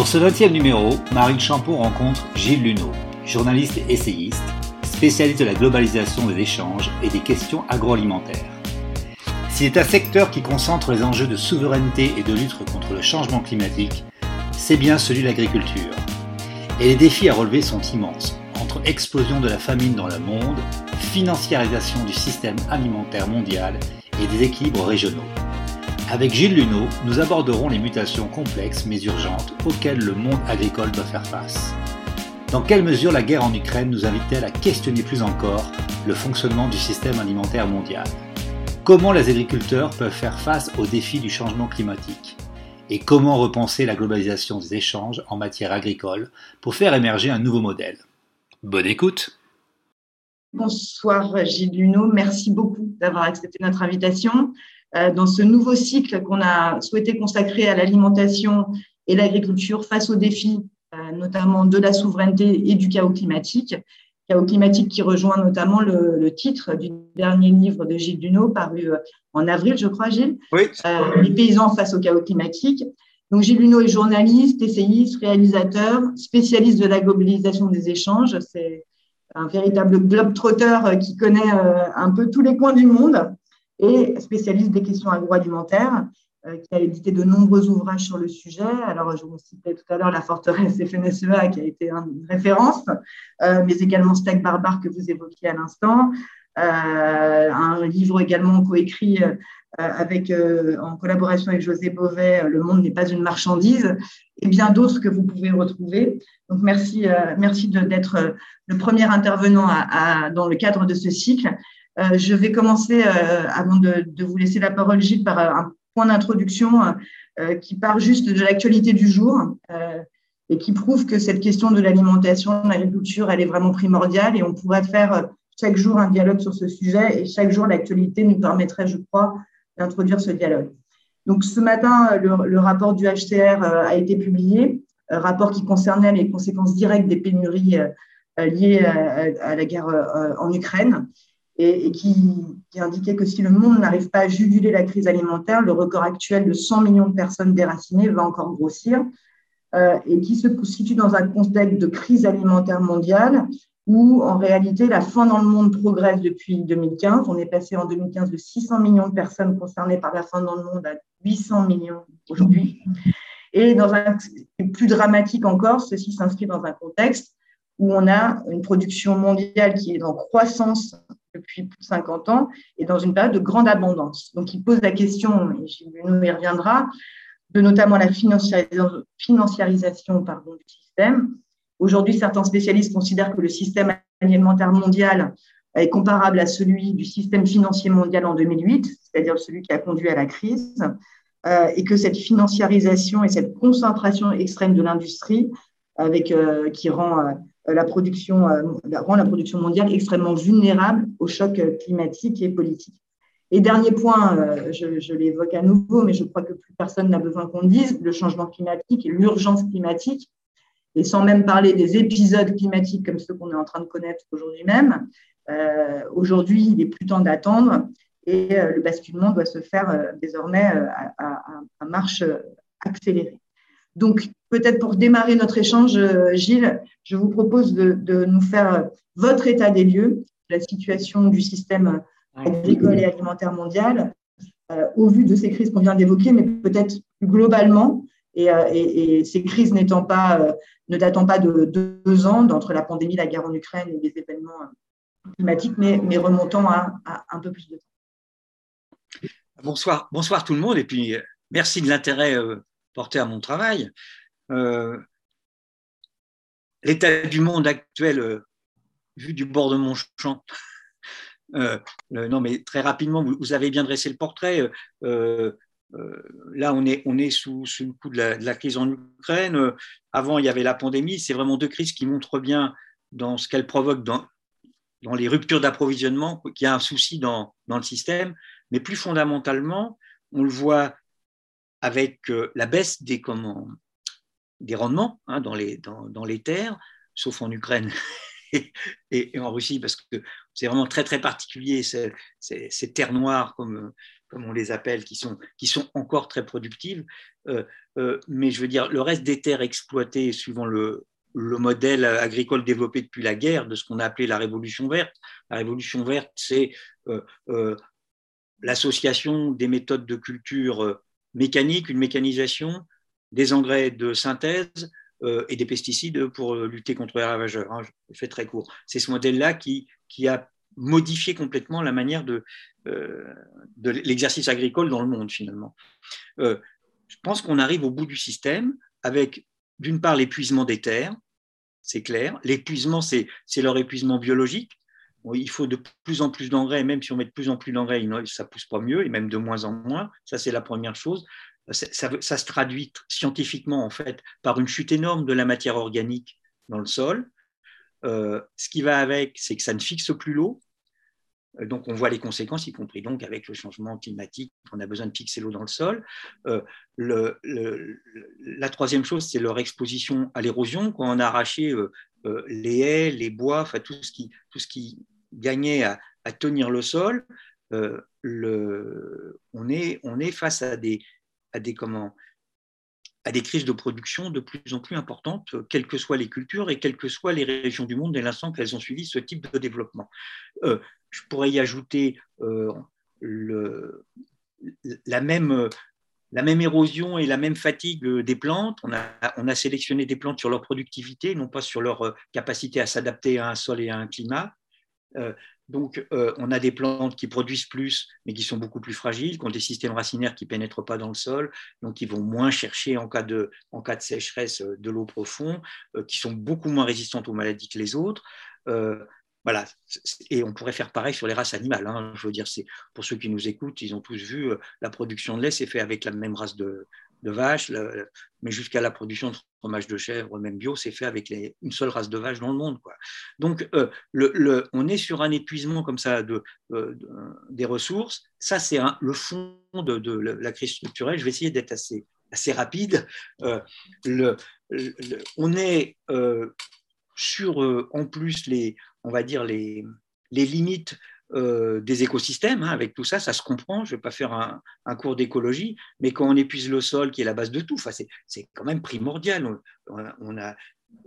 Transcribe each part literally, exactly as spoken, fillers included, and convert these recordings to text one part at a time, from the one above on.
ce vingtième numéro, Marine Champeau rencontre Gilles Luneau, journaliste et essayiste, spécialiste de la globalisation des échanges et des questions agroalimentaires. S'il est un secteur qui concentre les enjeux de souveraineté et de lutte contre le changement climatique, c'est bien celui de l'agriculture. Et les défis à relever sont immenses, entre explosion de la famine dans le monde, financiarisation du système alimentaire mondial et des équilibres régionaux. Avec Gilles Luneau, nous aborderons les mutations complexes mais urgentes auxquelles le monde agricole doit faire face. Dans quelle mesure la guerre en Ukraine nous invite-t-elle à questionner plus encore le fonctionnement du système alimentaire mondial ? Comment les agriculteurs peuvent faire face aux défis du changement climatique ? Et comment repenser la globalisation des échanges en matière agricole pour faire émerger un nouveau modèle ? Bonne écoute. Bonsoir Gilles Luneau, merci beaucoup d'avoir accepté notre invitation. Dans ce nouveau cycle qu'on a souhaité consacrer à l'alimentation et l'agriculture face aux défis, notamment de la souveraineté et du chaos climatique. Chaos climatique qui rejoint notamment le, le titre du dernier livre de Gilles Luneau, paru en avril, je crois, Gilles. Oui. Euh, Les paysans face au chaos climatique. Donc, Gilles Luneau est journaliste, essayiste, réalisateur, spécialiste de la globalisation des échanges. C'est un véritable globe-trotter qui connaît un peu tous les coins du monde et spécialiste des questions agroalimentaires, euh, qui a édité de nombreux ouvrages sur le sujet. Alors, je vous citais tout à l'heure La Forteresse F N S E A, qui a été une référence, euh, mais également Steak Barbare, que vous évoquiez à l'instant. Euh, un livre également coécrit euh, avec, euh, en collaboration avec José Bové, Le monde n'est pas une marchandise, et bien d'autres que vous pouvez retrouver. Donc, merci, euh, merci de, d'être le premier intervenant à, à, dans le cadre de ce cycle. Euh, je vais commencer, euh, avant de, de vous laisser la parole, Gilles, par un point d'introduction euh, qui part juste de l'actualité du jour euh, et qui prouve que cette question de l'alimentation, de l'agriculture, elle est vraiment primordiale et on pourrait faire chaque jour un dialogue sur ce sujet et chaque jour, l'actualité nous permettrait, je crois, d'introduire ce dialogue. Donc, ce matin, le, le rapport du H C R euh, a été publié, un rapport qui concernait les conséquences directes des pénuries euh, liées à, à la guerre euh, en Ukraine. Et, et qui, qui indiquait que si le monde n'arrive pas à juguler la crise alimentaire, le record actuel de cent millions de personnes déracinées va encore grossir, euh, et qui se situe dans un contexte de crise alimentaire mondiale où, en réalité, la faim dans le monde progresse depuis deux mille quinze. On est passé en deux mille quinze de six cents millions de personnes concernées par la faim dans le monde à huit cents millions aujourd'hui. Et dans un plus dramatique encore, ceci s'inscrit dans un contexte où on a une production mondiale qui est en croissance depuis plus de cinquante ans et dans une période de grande abondance. Donc, il pose la question, et Gilles Luneau y reviendra, de notamment la financiarisation, financiarisation pardon, du système. Aujourd'hui, certains spécialistes considèrent que le système alimentaire mondial est comparable à celui du système financier mondial en deux mille huit, c'est-à-dire celui qui a conduit à la crise, euh, et que cette financiarisation et cette concentration extrême de l'industrie avec, euh, qui rend euh, la production, euh, rend la production mondiale extrêmement vulnérable aux chocs climatiques et politiques. Et dernier point, euh, je, je l'évoque à nouveau, mais je crois que plus personne n'a besoin qu'on le dise, le changement climatique et l'urgence climatique, et sans même parler des épisodes climatiques comme ceux qu'on est en train de connaître aujourd'hui même. Euh, aujourd'hui, il est plus temps d'attendre et euh, le basculement doit se faire euh, désormais euh, à, à, à marche accélérée. Donc, peut-être pour démarrer notre échange, Gilles, je vous propose de, de nous faire votre état des lieux, la situation du système agricole et alimentaire mondial, euh, au vu de ces crises qu'on vient d'évoquer, mais peut-être plus globalement, et, euh, et, et ces crises n'étant pas, euh, ne datant pas de, de deux ans, d'entre la pandémie, la guerre en Ukraine et les événements climatiques, mais, mais remontant à, à un peu plus de temps. Bonsoir, bonsoir tout le monde, et puis merci de l'intérêt euh, porté à mon travail. Euh, l'état du monde actuel, euh, vu du bord de mon champ, euh, euh, non mais très rapidement, vous, vous avez bien dressé le portrait. Euh, euh, là, on est, on est sous, sous le coup de la, de la crise en Ukraine. Euh, avant, il y avait la pandémie. C'est vraiment deux crises qui montrent bien dans ce qu'elles provoquent dans, dans les ruptures d'approvisionnement, qu'il y a un souci dans, dans le système. Mais plus fondamentalement, on le voit avec euh, la baisse des, comment, des rendements hein, dans, les, dans, dans les terres, sauf en Ukraine et, et, et en Russie, parce que c'est vraiment très, très particulier, ces, ces, ces terres noires comme, comme on les appelle, qui sont, qui sont encore très productives. Euh, euh, mais je veux dire, le reste des terres exploitées, suivant le, le modèle agricole développé depuis la guerre, de ce qu'on a appelé la révolution verte. La révolution verte, c'est euh, euh, l'association des méthodes de culture mécanique, une mécanisation, des engrais de synthèse euh, et des pesticides pour lutter contre les ravageurs. Hein, je fais très court. C'est ce modèle-là qui, qui a modifié complètement la manière de, euh, de l'exercice agricole dans le monde, finalement. Euh, je pense qu'on arrive au bout du système avec, d'une part, l'épuisement des terres, c'est clair. L'épuisement, c'est, c'est leur épuisement biologique. Bon, il faut de plus en plus d'engrais, même si on met de plus en plus d'engrais, ça ne pousse pas mieux, et même de moins en moins. Ça, c'est la première chose. Ça, ça, ça se traduit scientifiquement, en fait, par une chute énorme de la matière organique dans le sol. Euh, ce qui va avec, c'est que ça ne fixe plus l'eau. Donc, on voit les conséquences, y compris donc avec le changement climatique. On a besoin de fixer l'eau dans le sol. Euh, le, le, la troisième chose, c'est leur exposition à l'érosion. Quand on a arraché euh, euh, les haies, les bois, enfin tout ce qui, tout ce qui gagnait à, à tenir le sol, euh, le, on, est, on est face à des, à des comment, à des crises de production de plus en plus importantes, quelles que soient les cultures et quelles que soient les régions du monde dès l'instant qu'elles ont suivi ce type de développement. Euh, je pourrais y ajouter euh, le, la, même, la même érosion et la même fatigue des plantes. On a, on a sélectionné des plantes sur leur productivité, non pas sur leur capacité à s'adapter à un sol et à un climat. Euh, donc, euh, on a des plantes qui produisent plus, mais qui sont beaucoup plus fragiles, qui ont des systèmes racinaires qui ne pénètrent pas dans le sol, donc qui vont moins chercher en cas de, en cas de sécheresse de l'eau profonde, euh, qui sont beaucoup moins résistantes aux maladies que les autres. Euh, voilà. Et on pourrait faire pareil sur les races animales. Hein. Je veux dire, c'est, pour ceux qui nous écoutent, ils ont tous vu, euh, la production de lait, c'est fait avec la même race de, de vache, le, mais jusqu'à la production de fromage de chèvre, même bio, c'est fait avec les, une seule race de vache dans le monde, quoi. Donc, euh, le, le, on est sur un épuisement comme ça de, euh, de, des ressources. Ça, c'est un, le fond de, de la crise structurelle. Je vais essayer d'être assez, assez rapide. Euh, le, le, on est euh, sur, euh, en plus, les, on va dire, les, les limites Euh, des écosystèmes, hein, avec tout ça, ça se comprend. Je ne vais pas faire un, un cours d'écologie, mais quand on épuise le sol, qui est la base de tout, c'est, c'est quand même primordial. On, on a,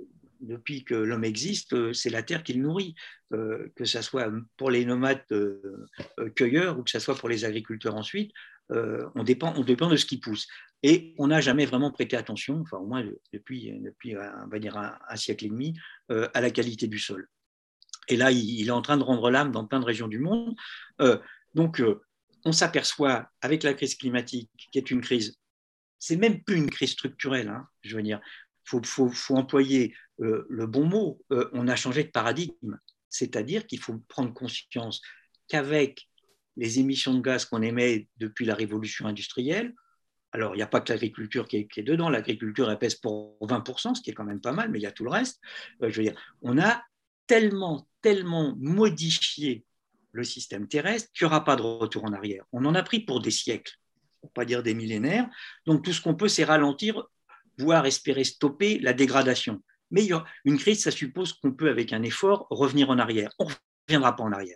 depuis que l'homme existe, c'est la terre qui le nourrit, euh, que ce soit pour les nomades euh, cueilleurs ou que ce soit pour les agriculteurs ensuite. Euh, on, dépend, on dépend de ce qui pousse. Et on n'a jamais vraiment prêté attention, enfin au moins depuis, depuis on va dire un, un siècle et demi, euh, à la qualité du sol. Et là, il est en train de rendre l'âme dans plein de régions du monde. Euh, donc, euh, on s'aperçoit avec la crise climatique, qui est une crise, c'est même plus une crise structurelle, hein, je veux dire, il faut, faut, faut employer euh, le bon mot, euh, on a changé de paradigme, c'est-à-dire qu'il faut prendre conscience qu'avec les émissions de gaz qu'on émet depuis la révolution industrielle, alors il n'y a pas que l'agriculture qui est, qui est dedans, l'agriculture elle pèse pour vingt pour cent, ce qui est quand même pas mal, mais il y a tout le reste, euh, je veux dire, on a tellement, tellement modifié le système terrestre qu'il n'y aura pas de retour en arrière. On en a pris pour des siècles, pour ne pas dire des millénaires. Donc tout ce qu'on peut, c'est ralentir, voire espérer stopper la dégradation. Mais une crise, ça suppose qu'on peut, avec un effort, revenir en arrière. On ne reviendra pas en arrière.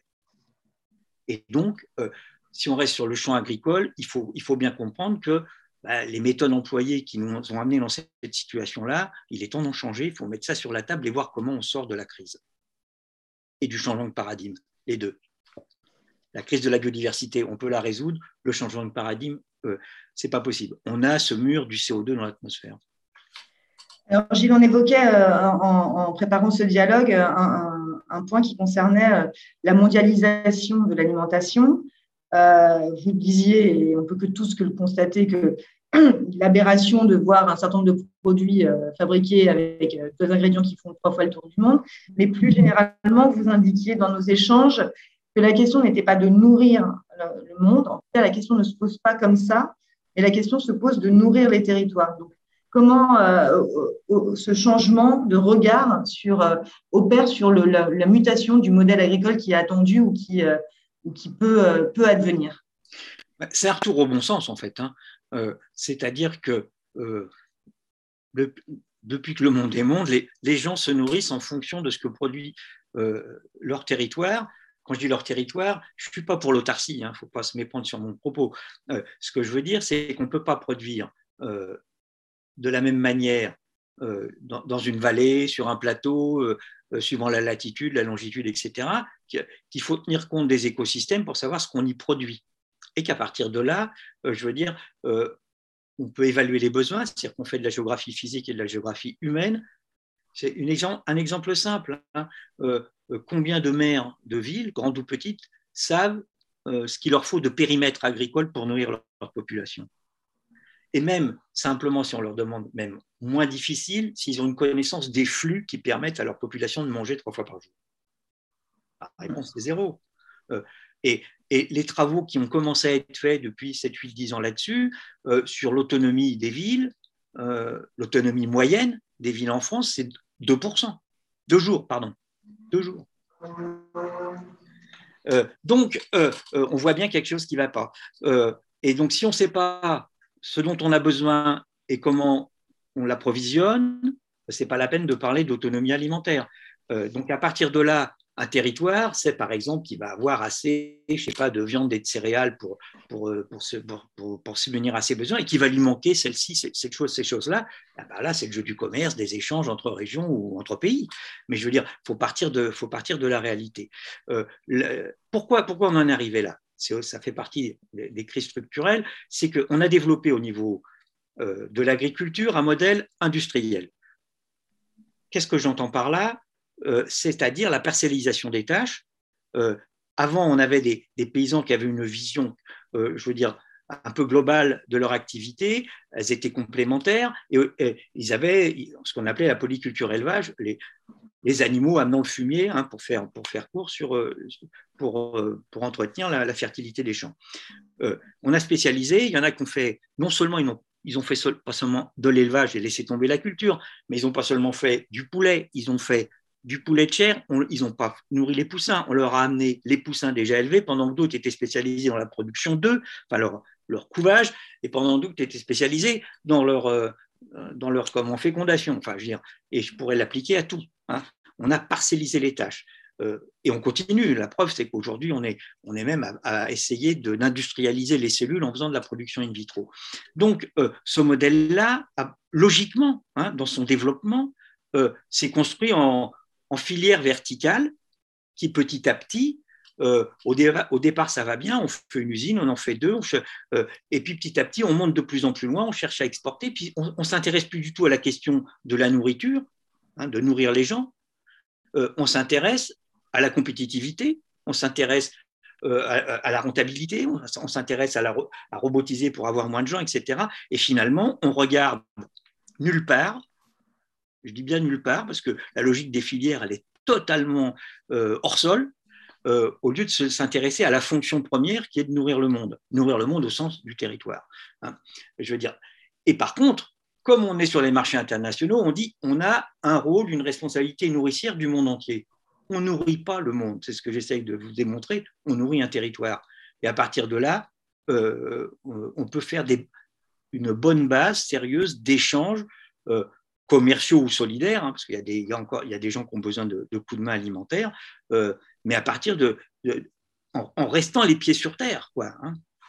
Et donc, euh, si on reste sur le champ agricole, il faut, il faut bien comprendre que bah, les méthodes employées qui nous ont amenés dans cette situation-là, il est temps d'en changer. Il faut mettre ça sur la table et voir comment on sort de la crise et du changement de paradigme, les deux. La crise de la biodiversité, on peut la résoudre. Le changement de paradigme, euh, ce n'est pas possible. On a ce mur du C O deux dans l'atmosphère. Alors, Gilles, on évoquait euh, en, en préparant ce dialogue un, un, un point qui concernait euh, la mondialisation de l'alimentation. Euh, vous disiez, et on ne peut que tous que le constater, que l'aberration de voir un certain nombre de produits euh, fabriqués avec euh, deux ingrédients qui font trois fois le tour du monde, mais plus généralement, vous indiquiez dans nos échanges que la question n'était pas de nourrir le, le monde. En tout cas, la question ne se pose pas comme ça, mais la question se pose de nourrir les territoires. Donc, comment euh, ce changement de regard sur, euh, opère sur le, la, la mutation du modèle agricole qui est attendu ou qui, euh, ou qui peut, euh, peut advenir? C'est un retour au bon sens, en fait. Hein. Euh, c'est-à-dire que euh, le, depuis que le monde est monde, les, les gens se nourrissent en fonction de ce que produit euh, leur territoire. quand je dis leur territoire, je ne suis pas pour l'autarcie, il hein, ne faut pas se méprendre sur mon propos. Euh, ce que je veux dire, c'est qu'on ne peut pas produire euh, de la même manière euh, dans, dans une vallée, sur un plateau, euh, euh, suivant la latitude, la longitude, et cetera, qu'il faut tenir compte des écosystèmes pour savoir ce qu'on y produit. Et qu'à partir de là, euh, je veux dire, euh, on peut évaluer les besoins, c'est-à-dire qu'on fait de la géographie physique et de la géographie humaine. C'est une exemple, un exemple simple. Hein. Euh, combien de maires de villes, grandes ou petites, savent euh, ce qu'il leur faut de périmètre agricole pour nourrir leur, leur population. Et même, simplement, si on leur demande, même moins difficile, s'ils ont une connaissance des flux qui permettent à leur population de manger trois fois par jour. La réponse, c'est zéro. Euh, et, et les travaux qui ont commencé à être faits depuis sept, huit, dix ans là-dessus, euh, sur l'autonomie des villes, euh, l'autonomie moyenne des villes en France, c'est deux pour cent. Deux jours, pardon. Deux jours. Euh, donc, euh, euh, on voit bien quelque chose qui ne va pas. Euh, et donc, si on ne sait pas ce dont on a besoin et comment on l'approvisionne, ce n'est pas la peine de parler d'autonomie alimentaire. Euh, donc, à partir de là, un territoire, c'est par exemple qui va avoir assez, je sais pas, de viande et de céréales pour, pour, pour, se, pour, pour, pour subvenir à ses besoins et qui va lui manquer celle-ci, cette chose, ces choses-là. Ben là, c'est le jeu du commerce, des échanges entre régions ou entre pays. Mais je veux dire, il faut partir de, faut partir de la réalité. Euh, le, pourquoi, pourquoi on en est arrivé là ? Ça fait partie des, des crises structurelles. C'est qu'on a développé au niveau euh, de l'agriculture un modèle industriel. Qu'est-ce que j'entends par là ? Euh, c'est-à-dire la parcellisation des tâches. Euh, avant, on avait des, des paysans qui avaient une vision, euh, je veux dire, un peu globale de leur activité. Elles étaient complémentaires et, et ils avaient ce qu'on appelait la polyculture élevage, les, les animaux amenant le fumier hein, pour, faire, pour faire court sur, pour, pour entretenir la, la fertilité des champs. Euh, on a spécialisé, il y en a qui ont fait, non seulement ils ont Ils ont fait sol, pas seulement de l'élevage et laissé tomber la culture, mais ils n'ont pas seulement fait du poulet, ils ont fait du poulet de chair, on, ils n'ont pas nourri les poussins, on leur a amené les poussins déjà élevés, pendant que d'autres étaient spécialisés dans la production d'œufs, enfin leur, leur couvage, et pendant que d'autres étaient spécialisés dans leur, euh, dans leur comment, fécondation, enfin, je veux dire, et je pourrais l'appliquer à tout. Hein. On a parcellisé les tâches. Euh, et on continue. La preuve, c'est qu'aujourd'hui, on est, on est même à, à essayer de, d'industrialiser les cellules en faisant de la production in vitro. Donc, euh, ce modèle-là, a, logiquement, hein, dans son développement, euh, s'est construit en, en filière verticale qui, petit à petit, euh, au, dé, au départ, ça va bien, on fait une usine, on en fait deux, on, euh, et puis petit à petit, on monte de plus en plus loin, on cherche à exporter, puis on ne s'intéresse plus du tout à la question de la nourriture, hein, de nourrir les gens. Euh, on s'intéresse à la compétitivité, on s'intéresse euh, à, à la rentabilité, on, on s'intéresse à, la, à robotiser pour avoir moins de gens, et cetera. Et finalement, on regarde nulle part, je dis bien nulle part, parce que la logique des filières, elle est totalement euh, hors sol, euh, au lieu de se, s'intéresser à la fonction première qui est de nourrir le monde, nourrir le monde au sens du territoire. Hein, je veux dire. Et par contre, comme on est sur les marchés internationaux, on dit on a un rôle, une responsabilité nourricière du monde entier. On ne nourrit pas le monde, c'est ce que j'essaye de vous démontrer, on nourrit un territoire. Et à partir de là, euh, on peut faire des, une bonne base sérieuse d'échanges euh, commerciaux ou solidaires, hein, parce qu'il y a, des, il y a encore il y a des gens qui ont besoin de, de coups de main alimentaires, euh, mais à partir de, de en, en restant les pieds sur terre, quoi. Hein.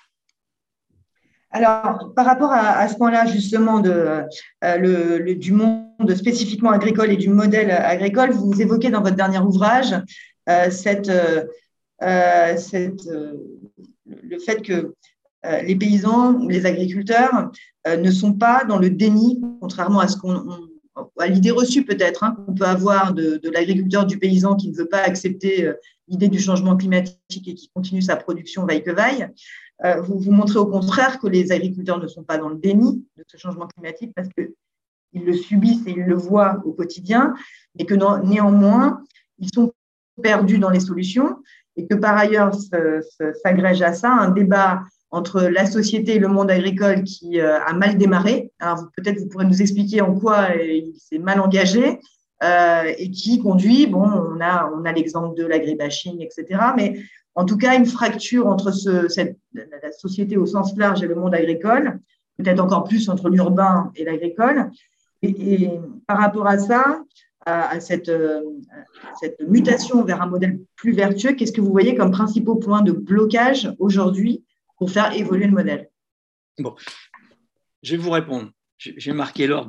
Alors, par rapport à, à ce point-là, justement, de, euh, le, le, du monde spécifiquement agricole et du modèle agricole, vous évoquez dans votre dernier ouvrage euh, cette, euh, cette, euh, le fait que euh, les paysans ou les agriculteurs euh, ne sont pas dans le déni, contrairement à ce qu'on, on, à l'idée reçue peut-être hein, qu'on peut avoir de, de l'agriculteur, du paysan qui ne veut pas accepter euh, l'idée du changement climatique et qui continue sa production vaille que vaille. Euh, vous, vous montrez au contraire que les agriculteurs ne sont pas dans le déni de ce changement climatique parce qu'ils le subissent et ils le voient au quotidien, et que non, néanmoins, ils sont perdus dans les solutions et que par ailleurs ce, ce, s'agrège à ça un débat entre la société et le monde agricole qui euh, a mal démarré. Alors, peut-être vous pourrez nous expliquer en quoi il s'est mal engagé euh, et qui conduit, bon, on a, on a l'exemple de l'agribashing, et cetera, mais en tout cas, une fracture entre ce, cette, la société au sens large et le monde agricole, peut-être encore plus entre l'urbain et l'agricole. Et, et par rapport à ça, à, à, cette, à cette mutation vers un modèle plus vertueux, qu'est-ce que vous voyez comme principaux points de blocage aujourd'hui pour faire évoluer le modèle? Bon, je vais vous répondre. J'ai marqué l'ordre.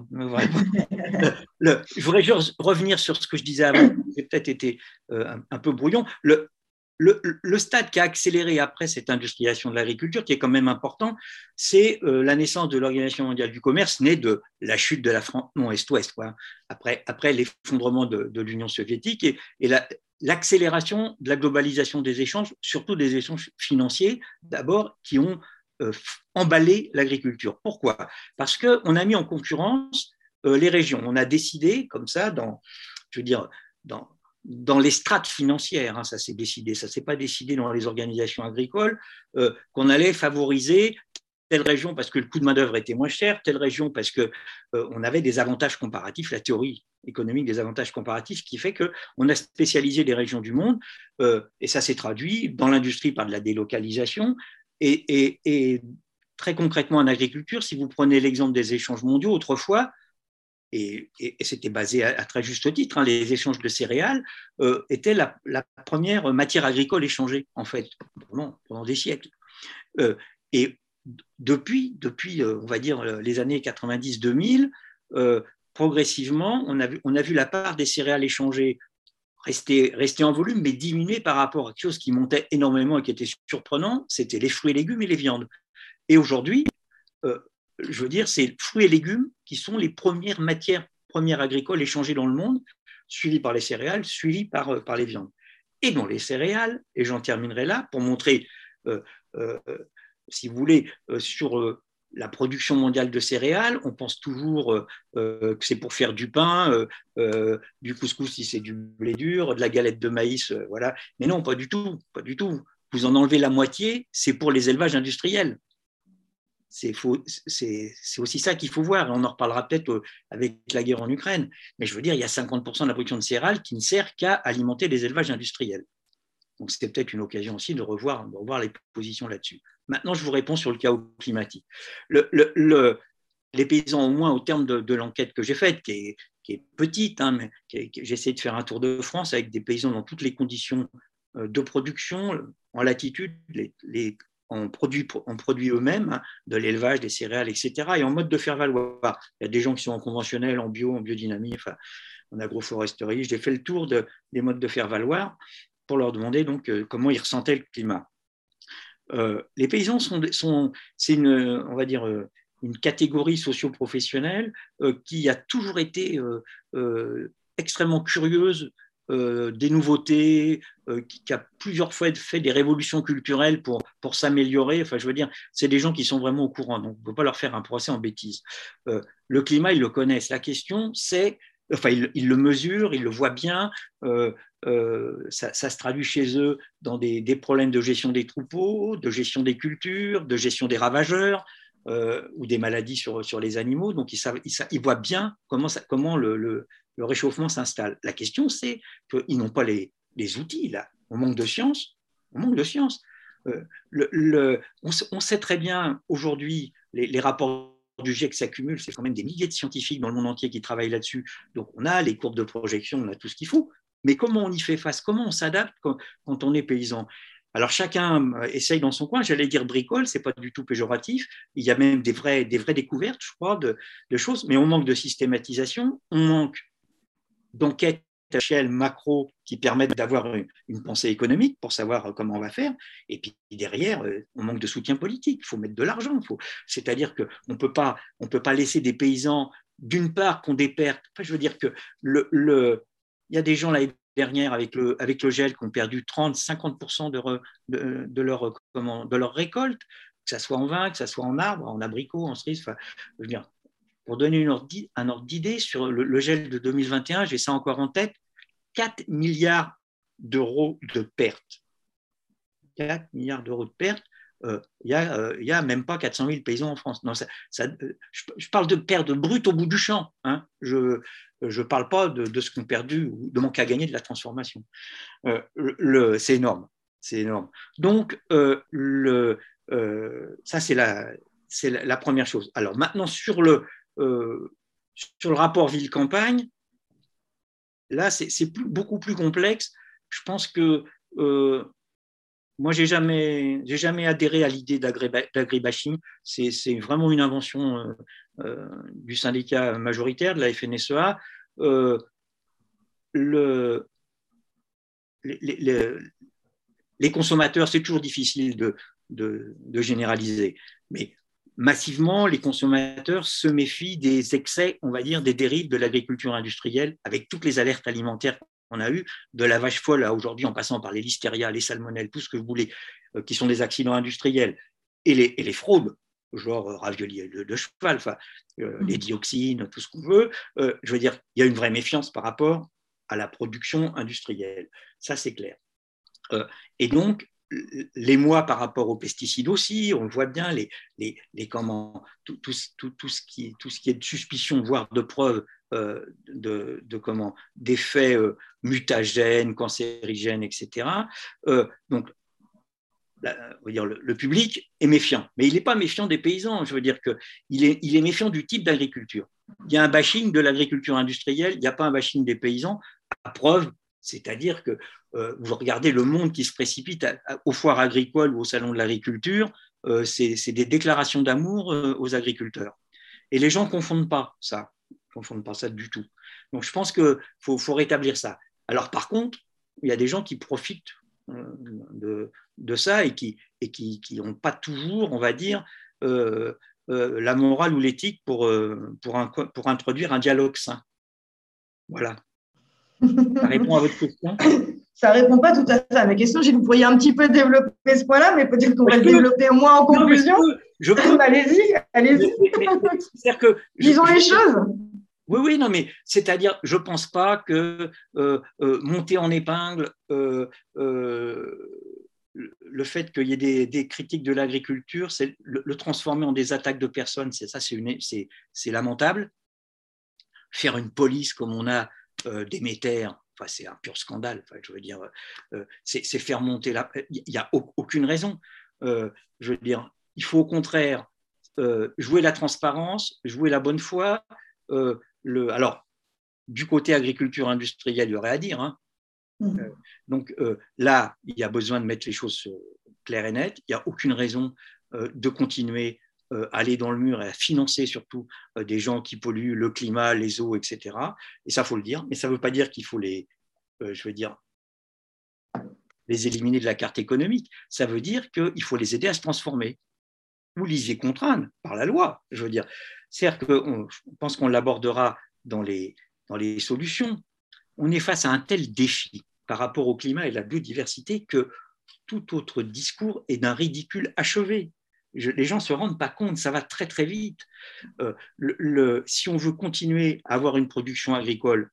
Le, le, je voudrais juste revenir sur ce que je disais avant. J'ai peut-être été euh, un, un peu brouillon. Le, le, le stade qui a accéléré après cette industrialisation de l'agriculture, qui est quand même important, c'est euh, la naissance de l'Organisation mondiale du commerce, née de la chute de la France, non, Est-Ouest, après, après l'effondrement de, de l'Union soviétique et, et la, l'accélération de la globalisation des échanges, surtout des échanges financiers, d'abord, qui ont euh, emballé l'agriculture. Pourquoi? Parce qu'on a mis en concurrence euh, les régions. On a décidé, comme ça, dans, je veux dire, dans, dans les strates financières, hein, ça s'est décidé, ça ne s'est pas décidé dans les organisations agricoles, euh, qu'on allait favoriser telle région parce que le coût de main-d'œuvre était moins cher, telle région parce qu'on euh, avait des avantages comparatifs, la théorie économique des avantages comparatifs, qui fait qu'on a spécialisé les régions du monde, euh, et ça s'est traduit dans l'industrie par de la délocalisation, et, et, et très concrètement en agriculture, si vous prenez l'exemple des échanges mondiaux, autrefois, et, et, et c'était basé à, à très juste titre, hein, les échanges de céréales euh, étaient la, la première matière agricole échangée, en fait, pendant, pendant des siècles. Euh, et depuis, depuis, on va dire, les années quatre-vingt-dix deux mille, euh, progressivement, on a, vu, on a vu la part des céréales échangées rester, rester en volume, mais diminuer par rapport à quelque chose qui montait énormément et qui était surprenant, c'était les fruits et légumes et les viandes. Et aujourd'hui, euh, je veux dire, c'est fruits et légumes qui sont les premières matières premières agricoles échangées dans le monde, suivies par les céréales, suivies par, par les viandes. Et dans les céréales, et j'en terminerai là pour montrer, euh, euh, si vous voulez, euh, sur euh, la production mondiale de céréales, on pense toujours euh, que c'est pour faire du pain, euh, euh, du couscous si c'est du blé dur, de la galette de maïs, euh, voilà. Mais non, pas du tout, pas du tout. Vous en enlevez la moitié, c'est pour les élevages industriels. C'est aussi ça qu'il faut voir. On en reparlera peut-être avec la guerre en Ukraine. Mais je veux dire, il y a cinquante pour cent de la production de céréales qui ne sert qu'à alimenter les élevages industriels. Donc, c'était peut-être une occasion aussi de revoir, de revoir les positions là-dessus. Maintenant, je vous réponds sur le chaos climatique. Le, le, le, les paysans, au moins au terme de, de l'enquête que j'ai faite, qui est, qui est petite, hein, mais j'ai essayé de faire un tour de France avec des paysans dans toutes les conditions de production, en latitude, les, les en produit, en produit eux-mêmes, hein, de l'élevage, des céréales, et cetera, et en mode de faire valoir. Il y a des gens qui sont en conventionnel, en bio, en biodynamie, enfin, en agroforesterie. J'ai fait le tour de, des modes de faire valoir pour leur demander donc euh, comment ils ressentaient le climat. Euh, les paysans sont, sont c'est une, on va dire, euh, une catégorie socio-professionnelle euh, qui a toujours été euh, euh, extrêmement curieuse Euh, des nouveautés, euh, qui, qui a plusieurs fois fait des révolutions culturelles pour, pour s'améliorer. Enfin, je veux dire, c'est des gens qui sont vraiment au courant, donc on ne peut pas leur faire un procès en bêtise. Euh, le climat, ils le connaissent. La question, c'est, enfin, ils, ils le mesurent, ils le voient bien, euh, euh, ça, ça se traduit chez eux dans des, des problèmes de gestion des troupeaux, de gestion des cultures, de gestion des ravageurs, euh, ou des maladies sur, sur les animaux. Donc, ils, savent, ils, ils voient bien comment, ça, comment le, le le réchauffement s'installe. La question, c'est qu'ils n'ont pas les, les outils, là. On manque de science. On manque de science. Euh, le, le, on, on sait très bien, aujourd'hui, les, les rapports du GIEC s'accumulent. C'est quand même des milliers de scientifiques dans le monde entier qui travaillent là-dessus. Donc, on a les courbes de projection, on a tout ce qu'il faut. Mais comment on y fait face? Comment on s'adapte quand, quand on est paysan? Alors, chacun essaye dans son coin. J'allais dire bricole, ce n'est pas du tout péjoratif. Il y a même des vraies, des vraies découvertes, je crois, de, de choses. Mais on manque de systématisation. On manque d'enquêtes à échelle macro qui permettent d'avoir une, une pensée économique pour savoir comment on va faire. Et puis derrière, on manque de soutien politique. Il faut mettre de l'argent. C'est-à-dire qu'on ne peut pas, on peut pas laisser des paysans, d'une part, qu'on des pertes. Enfin, je veux dire que le, le, il y a des gens l'année dernière avec le, avec le gel qui ont perdu trente à cinquante pour cent de, re, de, de, leur, comment, de leur récolte, que ce soit en vin, que ce soit en arbre, en abricot, en cerise. Enfin, je veux dire, pour donner une ordre, un ordre d'idée sur le, le gel de deux mille vingt et un, j'ai ça encore en tête, quatre milliards d'euros de pertes. quatre milliards d'euros de pertes, euh, il n'y a, euh, a même pas quatre cent mille paysans en France. Non, ça, ça, je, je parle de pertes brutes au bout du champ. Hein. Je ne parle pas de, de ce qu'on a perdu ou de manque à gagner de la transformation. Euh, le, c'est énorme. C'est énorme. Donc, euh, le, euh, ça, c'est la, c'est la, la première chose. Alors, maintenant, sur le, Euh, sur le rapport ville-campagne, là, c'est, c'est plus, beaucoup plus complexe. Je pense que euh, moi, j'ai jamais, j'ai jamais adhéré à l'idée d'agribashing. C'est, c'est vraiment une invention euh, euh, du syndicat majoritaire, de la F N S E A. Euh, le, les, les, les consommateurs, c'est toujours difficile de, de, de généraliser, mais massivement, les consommateurs se méfient des excès, on va dire, des dérives de l'agriculture industrielle, avec toutes les alertes alimentaires qu'on a eues, de la vache folle à aujourd'hui, en passant par les listeria, les salmonelles, tout ce que vous voulez, euh, qui sont des accidents industriels, et les, et les fraudes, genre euh, ravioli de, de cheval, enfin, euh, les dioxines, tout ce qu'on veut. Euh, je veux dire, il y a une vraie méfiance par rapport à la production industrielle. Ça, c'est clair. Euh, et donc, l'émoi par rapport aux pesticides aussi, on le voit bien, les, les, les, comment, tout, tout, tout, tout, ce qui, tout ce qui est de suspicion, voire de preuve euh, de, de comment, d'effets euh, mutagènes, cancérigènes, et cetera. Euh, donc, la, on va dire, le, le public est méfiant, mais il n'est pas méfiant des paysans. Je veux dire qu'il est, il est méfiant du type d'agriculture. Il y a un bashing de l'agriculture industrielle, il n'y a pas un bashing des paysans, à preuve. C'est-à-dire que euh, vous regardez le monde qui se précipite à, à, aux foires agricoles ou au salon de l'agriculture, euh, c'est, c'est des déclarations d'amour euh, aux agriculteurs. Et les gens ne confondent pas ça, ne confondent pas ça du tout. Donc je pense qu'il faut, faut rétablir ça. Alors par contre, il y a des gens qui profitent euh, de, de ça et qui et qui qui n'ont pas toujours, on va dire, euh, euh, la morale ou l'éthique pour, euh, pour, un, pour introduire un dialogue sain. Voilà. Ça répond à votre question? Ça ne répond pas tout à fait à ma question. Vous pourriez un petit peu développer ce point-là, mais peut-être qu'on va le développer au moins en conclusion. Non, je peux. Je peux. Allez-y, allez-y. Mais, mais, mais, c'est-à-dire que disons je, les je, choses. Oui, oui, non, mais c'est-à-dire, je ne pense pas que euh, euh, monter en épingle euh, euh, le fait qu'il y ait des, des critiques de l'agriculture, c'est le, le transformer en des attaques de personnes, c'est ça, c'est, une, c'est, c'est lamentable. Faire une police comme on a euh, Déméter, enfin, c'est un pur scandale. Enfin, je veux dire, euh, c'est, c'est faire monter la. Il n'y a aucune raison. Euh, je veux dire, il faut au contraire euh, jouer la transparence, jouer la bonne foi. Euh, le, alors, du côté agriculture industrielle, il y aurait à dire. Hein. Mmh. Euh, donc euh, là, il y a besoin de mettre les choses claires et nettes. Il n'y a aucune raison euh, de continuer euh, à aller dans le mur et à financer surtout euh, des gens qui polluent le climat, les eaux, et cetera. Et ça, il faut le dire. Mais ça ne veut pas dire qu'il faut les, euh, je veux dire, les éliminer de la carte économique. Ça veut dire qu'il faut les aider à se transformer ou les y contraindre par la loi. Je veux dire, c'est-à-dire qu'on je pense qu'on l'abordera dans les, dans les solutions. On est face à un tel défi par rapport au climat et à la biodiversité que tout autre discours est d'un ridicule achevé. Je, les gens ne se rendent pas compte, ça va très très vite. Euh, le, le, si on veut continuer à avoir une production agricole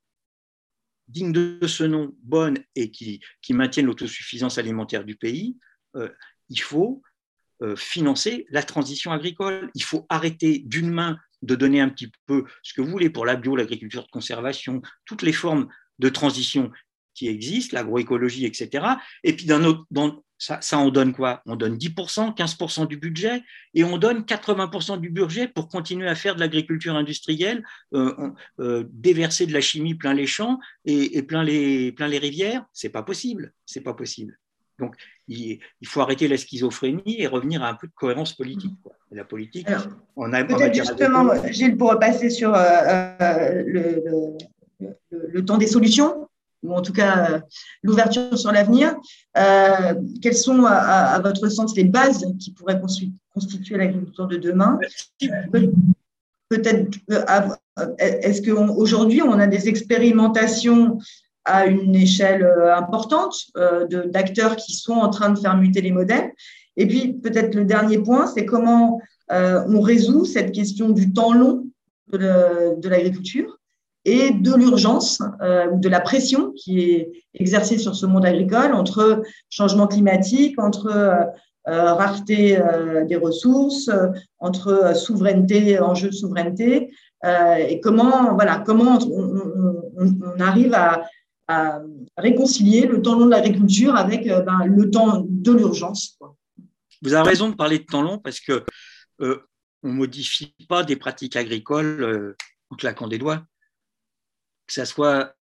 digne de ce nom, bonne et qui, qui maintienne l'autosuffisance alimentaire du pays, euh, il faut euh, financer la transition agricole. Il faut arrêter d'une main de donner un petit peu ce que vous voulez pour la bio, l'agriculture de conservation, toutes les formes de transition qui existent, l'agroécologie, et cetera. Et puis, d'un autre, dans, ça, ça, on donne quoi? On donne dix pour cent, quinze pour cent du budget, et on donne quatre-vingts pour cent du budget pour continuer à faire de l'agriculture industrielle, euh, euh, déverser de la chimie plein les champs et, et plein, les, plein les rivières. C'est pas possible. C'est pas possible. Donc, il, il faut arrêter la schizophrénie et revenir à un peu de cohérence politique. Quoi. Et la politique, alors, on a peut-être justement, agricole. Gilles, pour passer sur euh, euh, le, le, le, le temps des solutions, ou en tout cas euh, l'ouverture sur l'avenir. Euh, quelles sont, à, à votre sens, les bases qui pourraient constituer l'agriculture de demain? Pe- Peut-être, euh, est-ce qu'aujourd'hui, on, on a des expérimentations à une échelle importante euh, de, d'acteurs qui sont en train de faire muter les modèles? Et puis, peut-être le dernier point, c'est comment euh, on résout cette question du temps long de, le, de l'agriculture et de l'urgence euh, ou de la pression qui est exercée sur ce monde agricole entre changement climatique, entre euh, euh, rareté euh, des ressources, euh, entre euh, souveraineté, enjeux de souveraineté, euh, et comment, voilà, comment on, on, on arrive à, à réconcilier le temps long de l'agriculture avec euh, ben, le temps de l'urgence. Quoi. Vous avez raison de parler de temps long parce que euh, on ne modifie pas des pratiques agricoles euh, en claquant des doigts. Que ça soit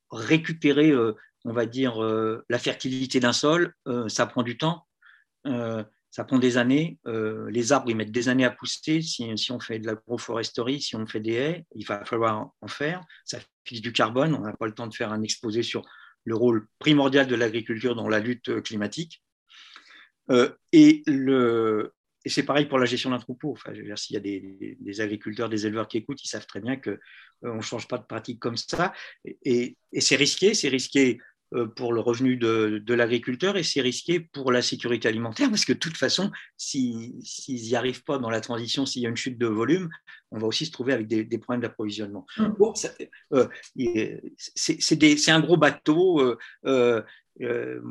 récupérer, euh, on va dire, euh, la fertilité d'un sol, euh, ça prend du temps, euh, ça prend des années. Euh, les arbres, ils mettent des années à pousser. Si, si on fait de l'agroforesterie, si on fait des haies, il va falloir en faire. Ça fixe du carbone. On n'a pas le temps de faire un exposé sur le rôle primordial de l'agriculture dans la lutte climatique. Euh, et le, Et c'est pareil pour la gestion d'un troupeau. Enfin, je veux dire, s'il y a des, des agriculteurs, des éleveurs qui écoutent, ils savent très bien qu'on euh, ne change pas de pratique comme ça. Et, et, et c'est risqué, c'est risqué euh, pour le revenu de, de l'agriculteur et c'est risqué pour la sécurité alimentaire parce que de toute façon, s'ils si, n'y arrivent pas dans la transition, s'il y a une chute de volume, on va aussi se trouver avec des, des problèmes d'approvisionnement. Bon, euh, c'est un gros bateau. Euh, euh, Euh,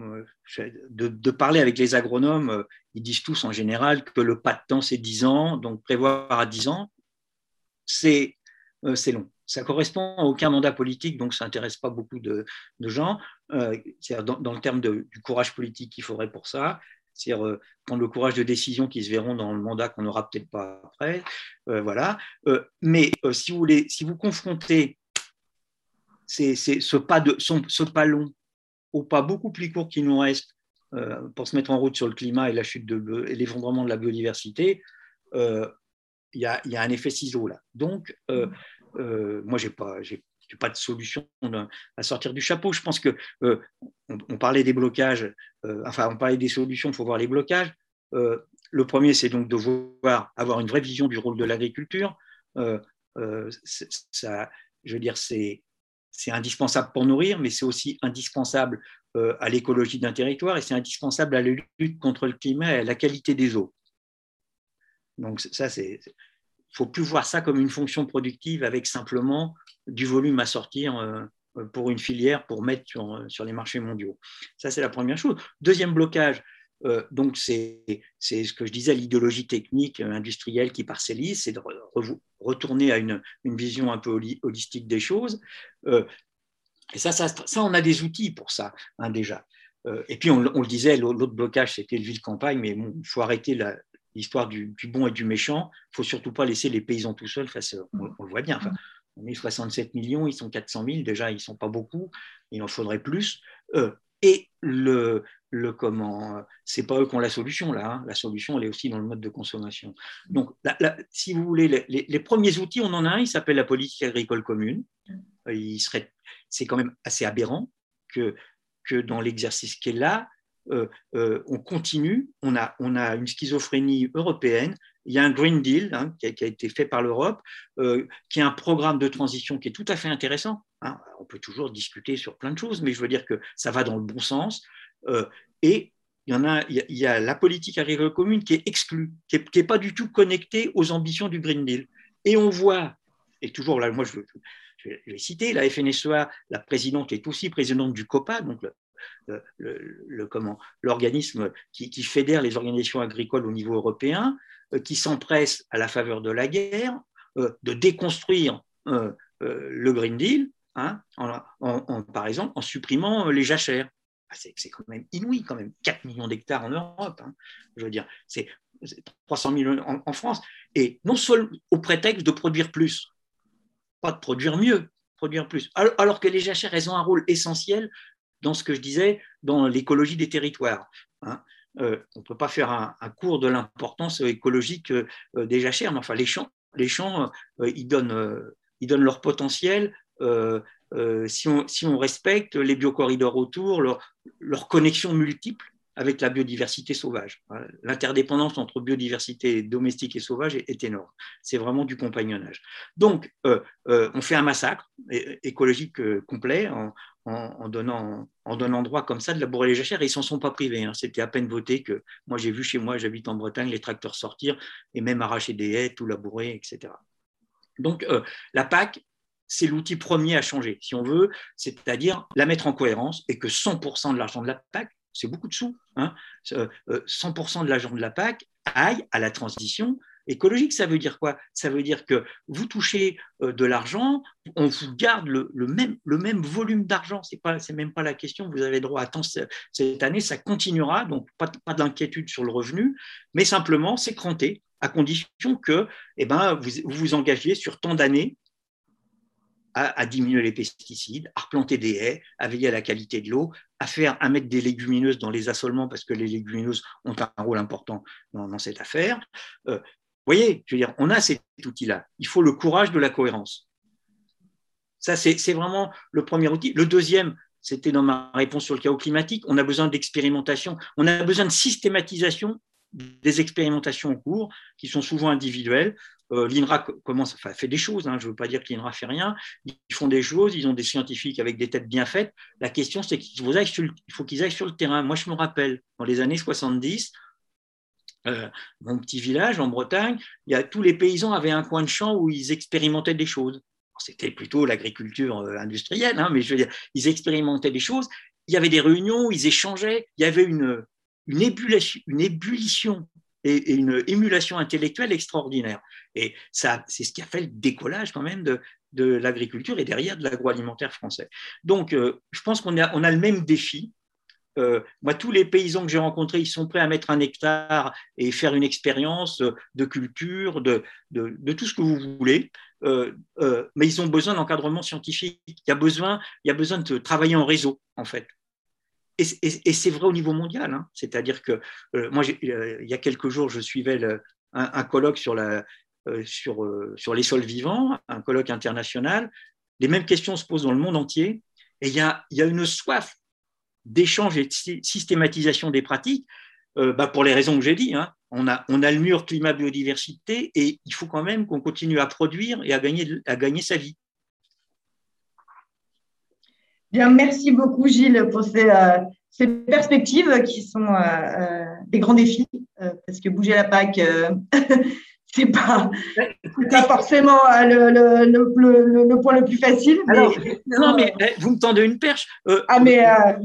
de, de parler avec les agronomes, ils disent tous en général que le pas de temps c'est dix ans, donc prévoir à dix ans, c'est euh, long. Ça ne correspond à aucun mandat politique, donc ça n'intéresse pas beaucoup de, de gens. Euh, dans, dans le terme de, du courage politique qu'il faudrait pour ça, c'est-à-dire euh, prendre le courage de décisions qui se verront dans le mandat qu'on n'aura peut-être pas après. Euh, voilà. Euh, mais euh, si vous voulez, si vous confrontez ces, ces, ce, pas de, son, ce pas long au pas beaucoup plus court qu'il nous reste euh, pour se mettre en route sur le climat et la chute de et l'effondrement de la biodiversité, il euh, y, y a un effet ciseau là. Donc, euh, euh, moi, je n'ai pas, pas de solution à sortir du chapeau. Je pense que euh, on, on parlait des blocages, euh, enfin, on parlait des solutions, il faut voir les blocages. Euh, le premier, c'est donc de voir, avoir une vraie vision du rôle de l'agriculture. Euh, euh, ça, je veux dire, c'est C'est indispensable pour nourrir, mais c'est aussi indispensable euh, à l'écologie d'un territoire et c'est indispensable à la lutte contre le climat et à la qualité des eaux. Donc ça, c'est, il ne faut plus voir ça comme une fonction productive avec simplement du volume à sortir euh, pour une filière pour mettre sur, sur les marchés mondiaux. Ça, c'est la première chose. Deuxième blocage, euh, donc c'est ce que je disais, l'idéologie technique euh, industrielle qui parcellise, c'est de re retourner à une, une vision un peu holistique des choses. Euh, et ça, ça, ça, on a des outils pour ça, hein, déjà. Euh, et puis, on, on le disait, l'autre blocage, c'était le ville-campagne, mais bon, il faut arrêter l'histoire du, du bon et du méchant. Il ne faut surtout pas laisser les paysans tout seuls face. On, on le voit bien. Enfin, on est soixante-sept millions, ils sont quatre cent mille. Déjà, ils ne sont pas beaucoup. Il en faudrait plus. Euh, et le, le comment, c'est pas eux qui ont la solution là. Hein. La solution, elle est aussi dans le mode de consommation. Donc, la, la, si vous voulez, les, les, les premiers outils, on en a un. Il s'appelle la politique agricole commune. Il serait, c'est quand même assez aberrant que que dans l'exercice qui est là, euh, euh, on continue. On a on a une schizophrénie européenne. Il y a un Green Deal hein, qui, a, qui a été fait par l'Europe, euh, qui est un programme de transition qui est tout à fait intéressant. Hein. On peut toujours discuter sur plein de choses, mais je veux dire que ça va dans le bon sens. Euh, et il y en a, il y a la politique agricole commune qui est exclue, qui n'est pas du tout connectée aux ambitions du Green Deal. Et on voit, et toujours là, moi je, je vais citer la F N S E A, la présidente est aussi présidente du COPA, donc le, le, le, le comment, l'organisme qui, qui fédère les organisations agricoles au niveau européen, euh, qui s'empresse à la faveur de la guerre euh, de déconstruire euh, euh, le Green Deal, hein, en, en, en, par exemple en supprimant les jachères. C'est quand même inouï, quand même, quatre millions d'hectares en Europe. Hein. Je veux dire, c'est trois cent mille en, en France. Et non seulement au prétexte de produire plus, pas de produire mieux, produire plus. Alors, alors que les jachères, elles ont un rôle essentiel dans ce que je disais, dans l'écologie des territoires. Hein. Euh, on ne peut pas faire un, un cours de l'importance écologique euh, des jachères, mais enfin, les champs, les champs euh, ils, donnent, euh, ils donnent leur potentiel. Euh, Euh, si, on, si on respecte les biocorridors autour, leur, leur connexion multiple avec la biodiversité sauvage. L'interdépendance entre biodiversité domestique et sauvage est, est énorme. C'est vraiment du compagnonnage. Donc, euh, euh, on fait un massacre écologique complet en, en, en, donnant, en donnant droit comme ça de labourer les jachères et ils ne s'en sont pas privés. Hein. C'était à peine voté que moi, j'ai vu chez moi, j'habite en Bretagne, les tracteurs sortir et même arracher des haies, tout labourer, et cetera. Donc, euh, la P A C, c'est l'outil premier à changer, si on veut, c'est-à-dire la mettre en cohérence et que cent pour cent de l'argent de la P A C, c'est beaucoup de sous, hein, cent pour cent de l'argent de la P A C aille à la transition écologique. Ça veut dire quoi? Ça veut dire que vous touchez de l'argent, on vous garde le, le, même, le même volume d'argent, ce n'est même pas la question, vous avez droit à tant cette année, ça continuera, donc pas, pas d'inquiétude sur le revenu, mais simplement c'est cranté, à condition que eh ben, vous, vous vous engagiez sur tant d'années à, à diminuer les pesticides, à replanter des haies, à veiller à la qualité de l'eau, à, faire, à mettre des légumineuses dans les assolements parce que les légumineuses ont un rôle important dans, dans cette affaire. Euh, vous voyez, je veux dire, on a cet outil-là. Il faut le courage de la cohérence. Ça, c'est, c'est vraiment le premier outil. Le deuxième, c'était dans ma réponse sur le chaos climatique, on a besoin d'expérimentation, on a besoin de systématisation des expérimentations en cours qui sont souvent individuelles. Euh, L'I N R A commence, enfin, fait des choses, hein, je ne veux pas dire que l'I N R A fait rien, ils font des choses, ils ont des scientifiques avec des têtes bien faites. La question, c'est qu'il faut qu'ils aillent sur le terrain. Moi, je me rappelle, dans les années soixante-dix, euh, mon petit village en Bretagne, il y a, tous les paysans avaient un coin de champ où ils expérimentaient des choses. C'était plutôt l'agriculture industrielle, hein, mais je veux dire, ils expérimentaient des choses. Il y avait des réunions, ils échangeaient, il y avait une, une, ébullition, une ébullition et, et une émulation intellectuelle extraordinaire. Et ça, c'est ce qui a fait le décollage quand même de, de l'agriculture et derrière de l'agroalimentaire français. Donc, euh, je pense qu'on a, on a le même défi. Euh, moi, tous les paysans que j'ai rencontrés, ils sont prêts à mettre un hectare et faire une expérience de culture, de, de, de tout ce que vous voulez. Euh, euh, mais ils ont besoin d'encadrement scientifique. Il y a besoin, il y a besoin de travailler en réseau, en fait. Et, et, et c'est vrai au niveau mondial. Hein. C'est-à-dire que euh, moi, euh, il y a quelques jours, je suivais le, un, un colloque sur, la, euh, sur, euh, sur les sols vivants, un colloque international. Les mêmes questions se posent dans le monde entier. Et il y a, il y a une soif d'échange et de systématisation des pratiques, euh, bah pour les raisons que j'ai dit. Hein. On a, on a le mur climat-biodiversité et il faut quand même qu'on continue à produire et à gagner, à gagner sa vie. Bien, merci beaucoup Gilles pour ces, euh, ces perspectives qui sont euh, euh, des grands défis, euh, parce que bouger la P A C, euh, c'est pas, c'est pas forcément le, le, le, le, le point le plus facile. Mais, Alors, non, mais vous me tendez une perche. Euh, ah, mais. Euh...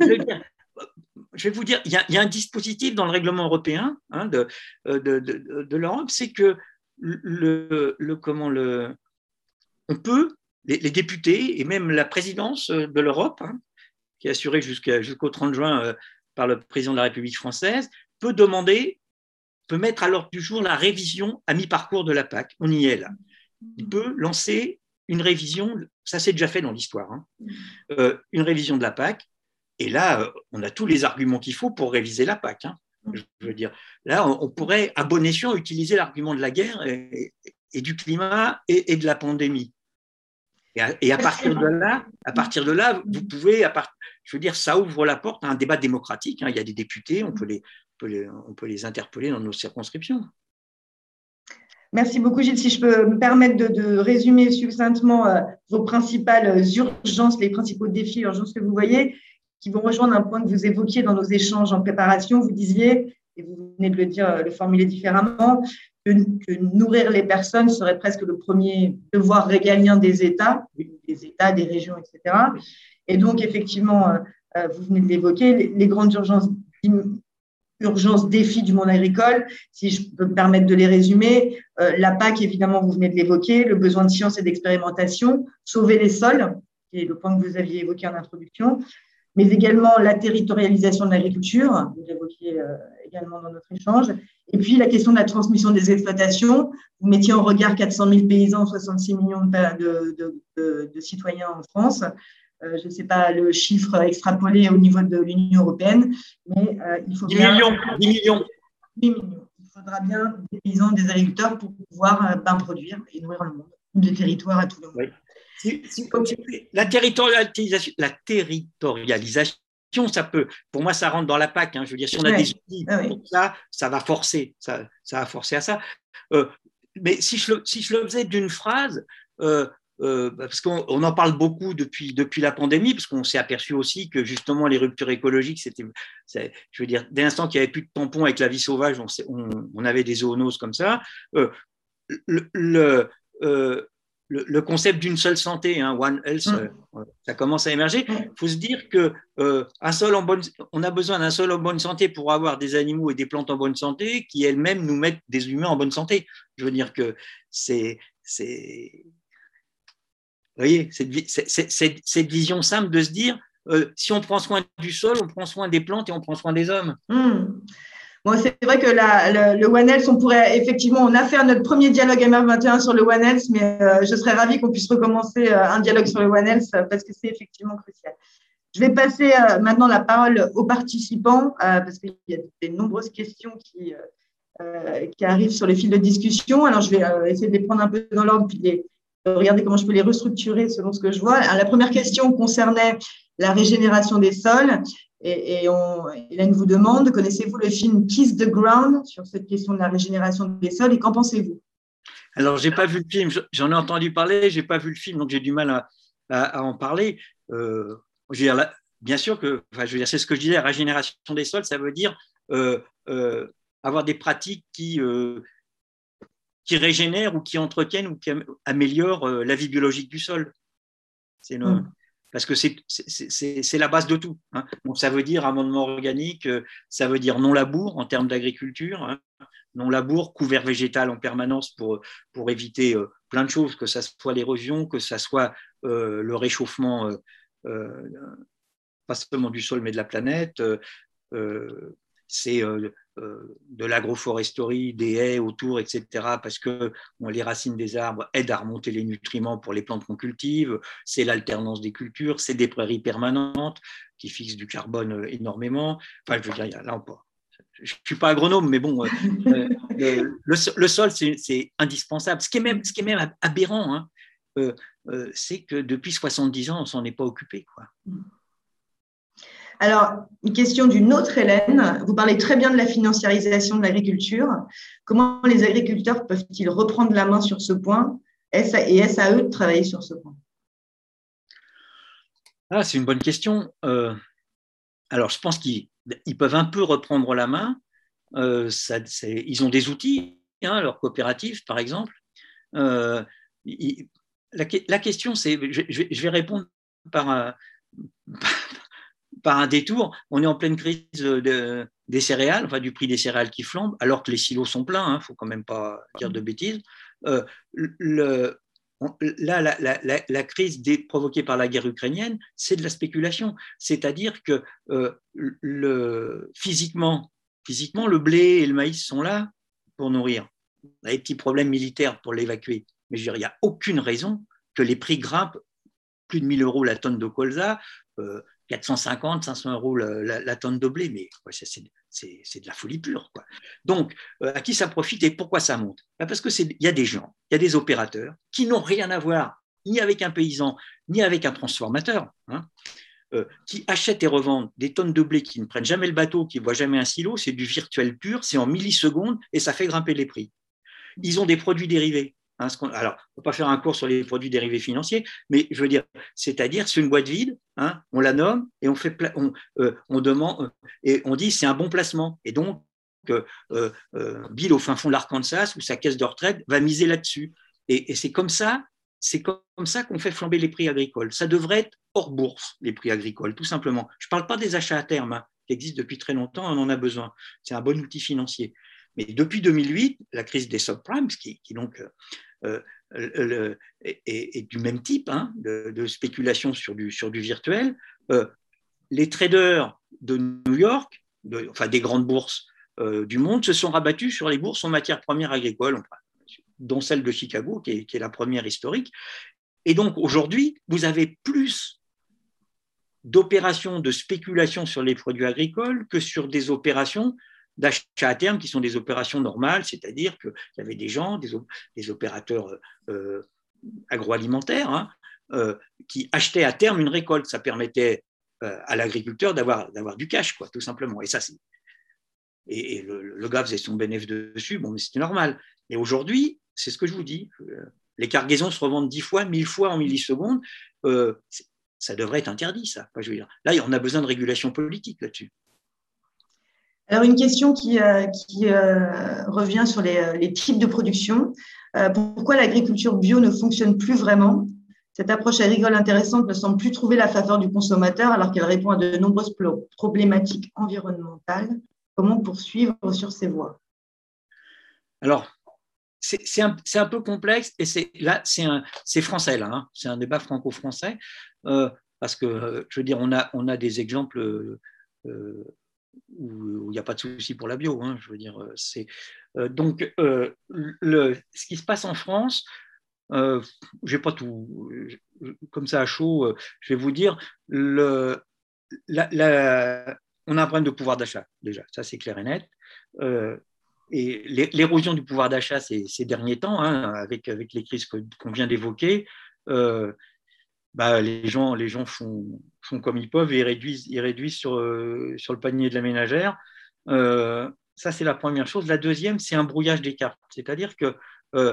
Je vais vous dire, il y a, il y a un dispositif dans le règlement européen hein, de, de, de, de l'Europe, c'est que le, le, comment le, on peut, les, les députés et même la présidence de l'Europe, hein, qui est assurée jusqu'à, jusqu'au trente juin euh, par le président de la République française, peut demander, peut mettre à l'ordre du jour la révision à mi-parcours de la P A C. On y est là. Il peut lancer une révision, ça c'est déjà fait dans l'histoire, hein, euh, une révision de la P A C. Et là, on a tous les arguments qu'il faut pour réviser la P A C. Hein. Je veux dire, là, on pourrait, à bon escient, utiliser l'argument de la guerre et, et du climat et, et de la pandémie. Et à, et à partir de là, à partir de là, vous pouvez, à part, je veux dire, ça ouvre la porte à un débat démocratique. Hein. Il y a des députés, on peut les, on peut les, on peut les interpeller dans nos circonscriptions. Merci beaucoup, Gilles. Si je peux me permettre de, de résumer succinctement euh, vos principales urgences, les principaux défis, urgences que vous voyez, qui vont rejoindre un point que vous évoquiez dans nos échanges en préparation. Vous disiez, et vous venez de le dire, le formuler différemment, que, que nourrir les personnes serait presque le premier devoir régalien des États, des États, des régions, et cetera. Et donc, effectivement, euh, vous venez de l'évoquer, les, les grandes urgences, urgences, défis du monde agricole, si je peux me permettre de les résumer, euh, la P A C, évidemment, vous venez de l'évoquer, le besoin de science et d'expérimentation, sauver les sols, qui est le point que vous aviez évoqué en introduction, mais également la territorialisation de l'agriculture, vous l'évoquiez euh, également dans notre échange, et puis la question de la transmission des exploitations. Vous mettiez en regard quatre cent mille paysans, soixante-six millions de, de, de, de, de citoyens en France. Euh, je ne sais pas le chiffre extrapolé au niveau de l'Union européenne, mais euh, il faut dix bien… millions, dix millions. dix millions. Il faudra bien des paysans, des agriculteurs pour pouvoir euh, ben, produire et nourrir le monde, des territoires à tout le monde. Oui. Si, si, la, territorialisation, la territorialisation, ça peut, pour moi, ça rentre dans la P A C. Hein, je veux dire, si on a ouais. des outils ah, pour oui. ça, ça va forcer, ça, ça va forcer à ça. Euh, mais si je, si je le faisais d'une phrase, euh, euh, parce qu'on on en parle beaucoup depuis, depuis la pandémie, parce qu'on s'est aperçu aussi que justement les ruptures écologiques, c'était, je veux dire, dès l'instant qu'il n'y avait plus de tampons avec la vie sauvage, on, on, on avait des zoonoses comme ça. Euh, le, le euh, Le, le concept d'une seule santé, hein, One Health, mmh. euh, ça commence à émerger. Il faut se dire que euh, un sol en bonne, on a besoin d'un sol en bonne santé pour avoir des animaux et des plantes en bonne santé qui elles-mêmes nous mettent des humains en bonne santé. Je veux dire que c'est, c'est, vous voyez, cette, cette, cette, cette vision simple de se dire, euh, si on prend soin du sol, on prend soin des plantes et on prend soin des hommes. Mmh. Bon, c'est vrai que la, le, le One Health, on pourrait effectivement, on a fait notre premier dialogue M R vingt et un sur le One Health, mais euh, je serais ravie qu'on puisse recommencer euh, un dialogue sur le One Health euh, parce que c'est effectivement crucial. Je vais passer euh, maintenant la parole aux participants euh, parce qu'il y a de nombreuses questions qui, euh, qui arrivent sur le fil de discussion. Alors, je vais euh, essayer de les prendre un peu dans l'ordre puis de les, de regarder comment je peux les restructurer selon ce que je vois. Alors, la première question concernait la régénération des sols. Et, et on, Hélène vous demande, connaissez-vous le film Kiss the Ground sur cette question de la régénération des sols et qu'en pensez-vous? Alors, je n'ai pas vu le film, j'en ai entendu parler, je n'ai pas vu le film, donc j'ai du mal à, à, à en parler. Euh, je veux dire, là, bien sûr que, enfin, je veux dire, c'est ce que je disais, la régénération des sols, ça veut dire euh, euh, avoir des pratiques qui, euh, qui régénèrent ou qui entretiennent ou qui améliorent euh, la vie biologique du sol. C'est une, mmh. Parce que c'est, c'est, c'est, c'est la base de tout. Hein. Donc, ça veut dire amendement organique, ça veut dire non-labour en termes d'agriculture, hein. Non-labour, couvert végétal en permanence pour, pour éviter euh, plein de choses, que ce soit l'érosion, que ce soit euh, le réchauffement, euh, euh, pas seulement du sol, mais de la planète. Euh, c'est euh, euh, de l'agroforesterie, des haies autour, et cetera, parce que bon, les racines des arbres aident à remonter les nutriments pour les plantes qu'on cultive, c'est l'alternance des cultures, c'est des prairies permanentes qui fixent du carbone énormément. Enfin, je veux dire, là, on peut, je ne suis pas agronome, mais bon, euh, le, le, le sol, c'est, c'est indispensable. Ce qui est même, ce qui est même aberrant, hein, euh, euh, c'est que depuis soixante-dix ans, on ne s'en est pas occupé, quoi. Alors, une question d'une autre Hélène. Vous parlez très bien de la financiarisation de l'agriculture. Comment les agriculteurs peuvent-ils reprendre la main sur ce point? Et est-ce à eux de travailler sur ce point? Ah, c'est une bonne question. Euh, alors, je pense qu'ils ils peuvent un peu reprendre la main. Euh, ça, c'est, ils ont des outils, hein, leur coopérative, par exemple. Euh, ils, la, la question, c'est, je, je vais répondre par un, par un détour. On est en pleine crise de, des céréales, enfin du prix des céréales qui flambe, alors que les silos sont pleins, il hein, ne faut quand même pas dire de bêtises. Euh, le, là, la, la, la, la crise des, provoquée par la guerre ukrainienne, c'est de la spéculation. C'est-à-dire que euh, le, physiquement, physiquement, le blé et le maïs sont là pour nourrir. On a des petits problèmes militaires pour l'évacuer. Mais je veux dire, il n'y a aucune raison que les prix grimpent plus de mille euros la tonne de colza, euh, quatre cent cinquante, cinq cents euros la, la, la tonne de blé, mais ouais, c'est, c'est, c'est de la folie pure, quoi. Donc, euh, à qui ça profite et pourquoi ça monte? Ben parce qu'il y a des gens, il y a des opérateurs qui n'ont rien à voir ni avec un paysan, ni avec un transformateur, hein, euh, qui achètent et revendent des tonnes de blé, qui ne prennent jamais le bateau, qui ne voient jamais un silo, c'est du virtuel pur, c'est en millisecondes et ça fait grimper les prix. Ils ont des produits dérivés. Hein, alors, on ne peut pas faire un cours sur les produits dérivés financiers, mais je veux dire, c'est-à-dire, c'est une boîte vide, hein, on la nomme et on, fait, on, euh, on demande euh, et on dit c'est un bon placement. Et donc, euh, euh, Bill au fin fond de l'Arkansas ou sa caisse de retraite va miser là-dessus. Et, et c'est comme ça, c'est comme ça qu'on fait flamber les prix agricoles. Ça devrait être hors bourse, les prix agricoles, tout simplement. Je ne parle pas des achats à terme, hein, qui existent depuis très longtemps, on en a besoin. C'est un bon outil financier. Mais depuis deux mille huit, la crise des subprimes, qui, qui donc euh, le, est, est du même type, hein, de, de spéculation sur du, sur du virtuel, euh, les traders de New York, de, enfin des grandes bourses euh, du monde, se sont rabattus sur les bourses en matières premières agricoles, enfin, dont celle de Chicago, qui est, qui est la première historique. Et donc aujourd'hui, vous avez plus d'opérations de spéculation sur les produits agricoles que sur des opérations d'achat à terme qui sont des opérations normales, c'est-à-dire qu'il y avait des gens, des, des opérateurs euh, agroalimentaires, hein, euh, qui achetaient à terme une récolte. Ça permettait euh, à l'agriculteur d'avoir, d'avoir du cash, quoi, tout simplement. Et, ça, c'est... et, et le, le gars faisait son bénéfice dessus, bon, mais c'était normal. Et aujourd'hui, c'est ce que je vous dis, euh, les cargaisons se revendent dix fois, mille fois en millisecondes, euh, ça devrait être interdit, ça. Enfin, je veux dire, là, on a besoin de régulation politique là-dessus. Alors, une question qui, euh, qui euh, revient sur les, les types de production. Euh, pourquoi l'agriculture bio ne fonctionne plus vraiment? Cette approche agricole intéressante ne semble plus trouver la faveur du consommateur alors qu'elle répond à de nombreuses problématiques environnementales. Comment poursuivre sur ces voies? Alors, c'est, c'est, un, c'est un peu complexe et c'est, là, c'est, un, c'est français, là, hein, c'est un débat franco-français euh, parce que, je veux dire, on a, on a des exemples… Euh, où il n'y a pas de souci pour la bio. Hein, je veux dire, c'est euh, donc euh, le, ce qui se passe en France. Euh, je vais pas tout comme ça à chaud. Euh, je vais vous dire, le, la, la, on a un problème de pouvoir d'achat déjà, ça c'est clair et net. Euh, et l'érosion du pouvoir d'achat ces, ces derniers temps, hein, avec, avec les crises qu'on vient d'évoquer, euh, bah, les gens, les gens font, font comme ils peuvent et ils réduisent, ils réduisent sur, euh, sur le panier de la ménagère. Euh, ça, c'est la première chose. La deuxième, c'est un brouillage des cartes. C'est-à-dire que euh,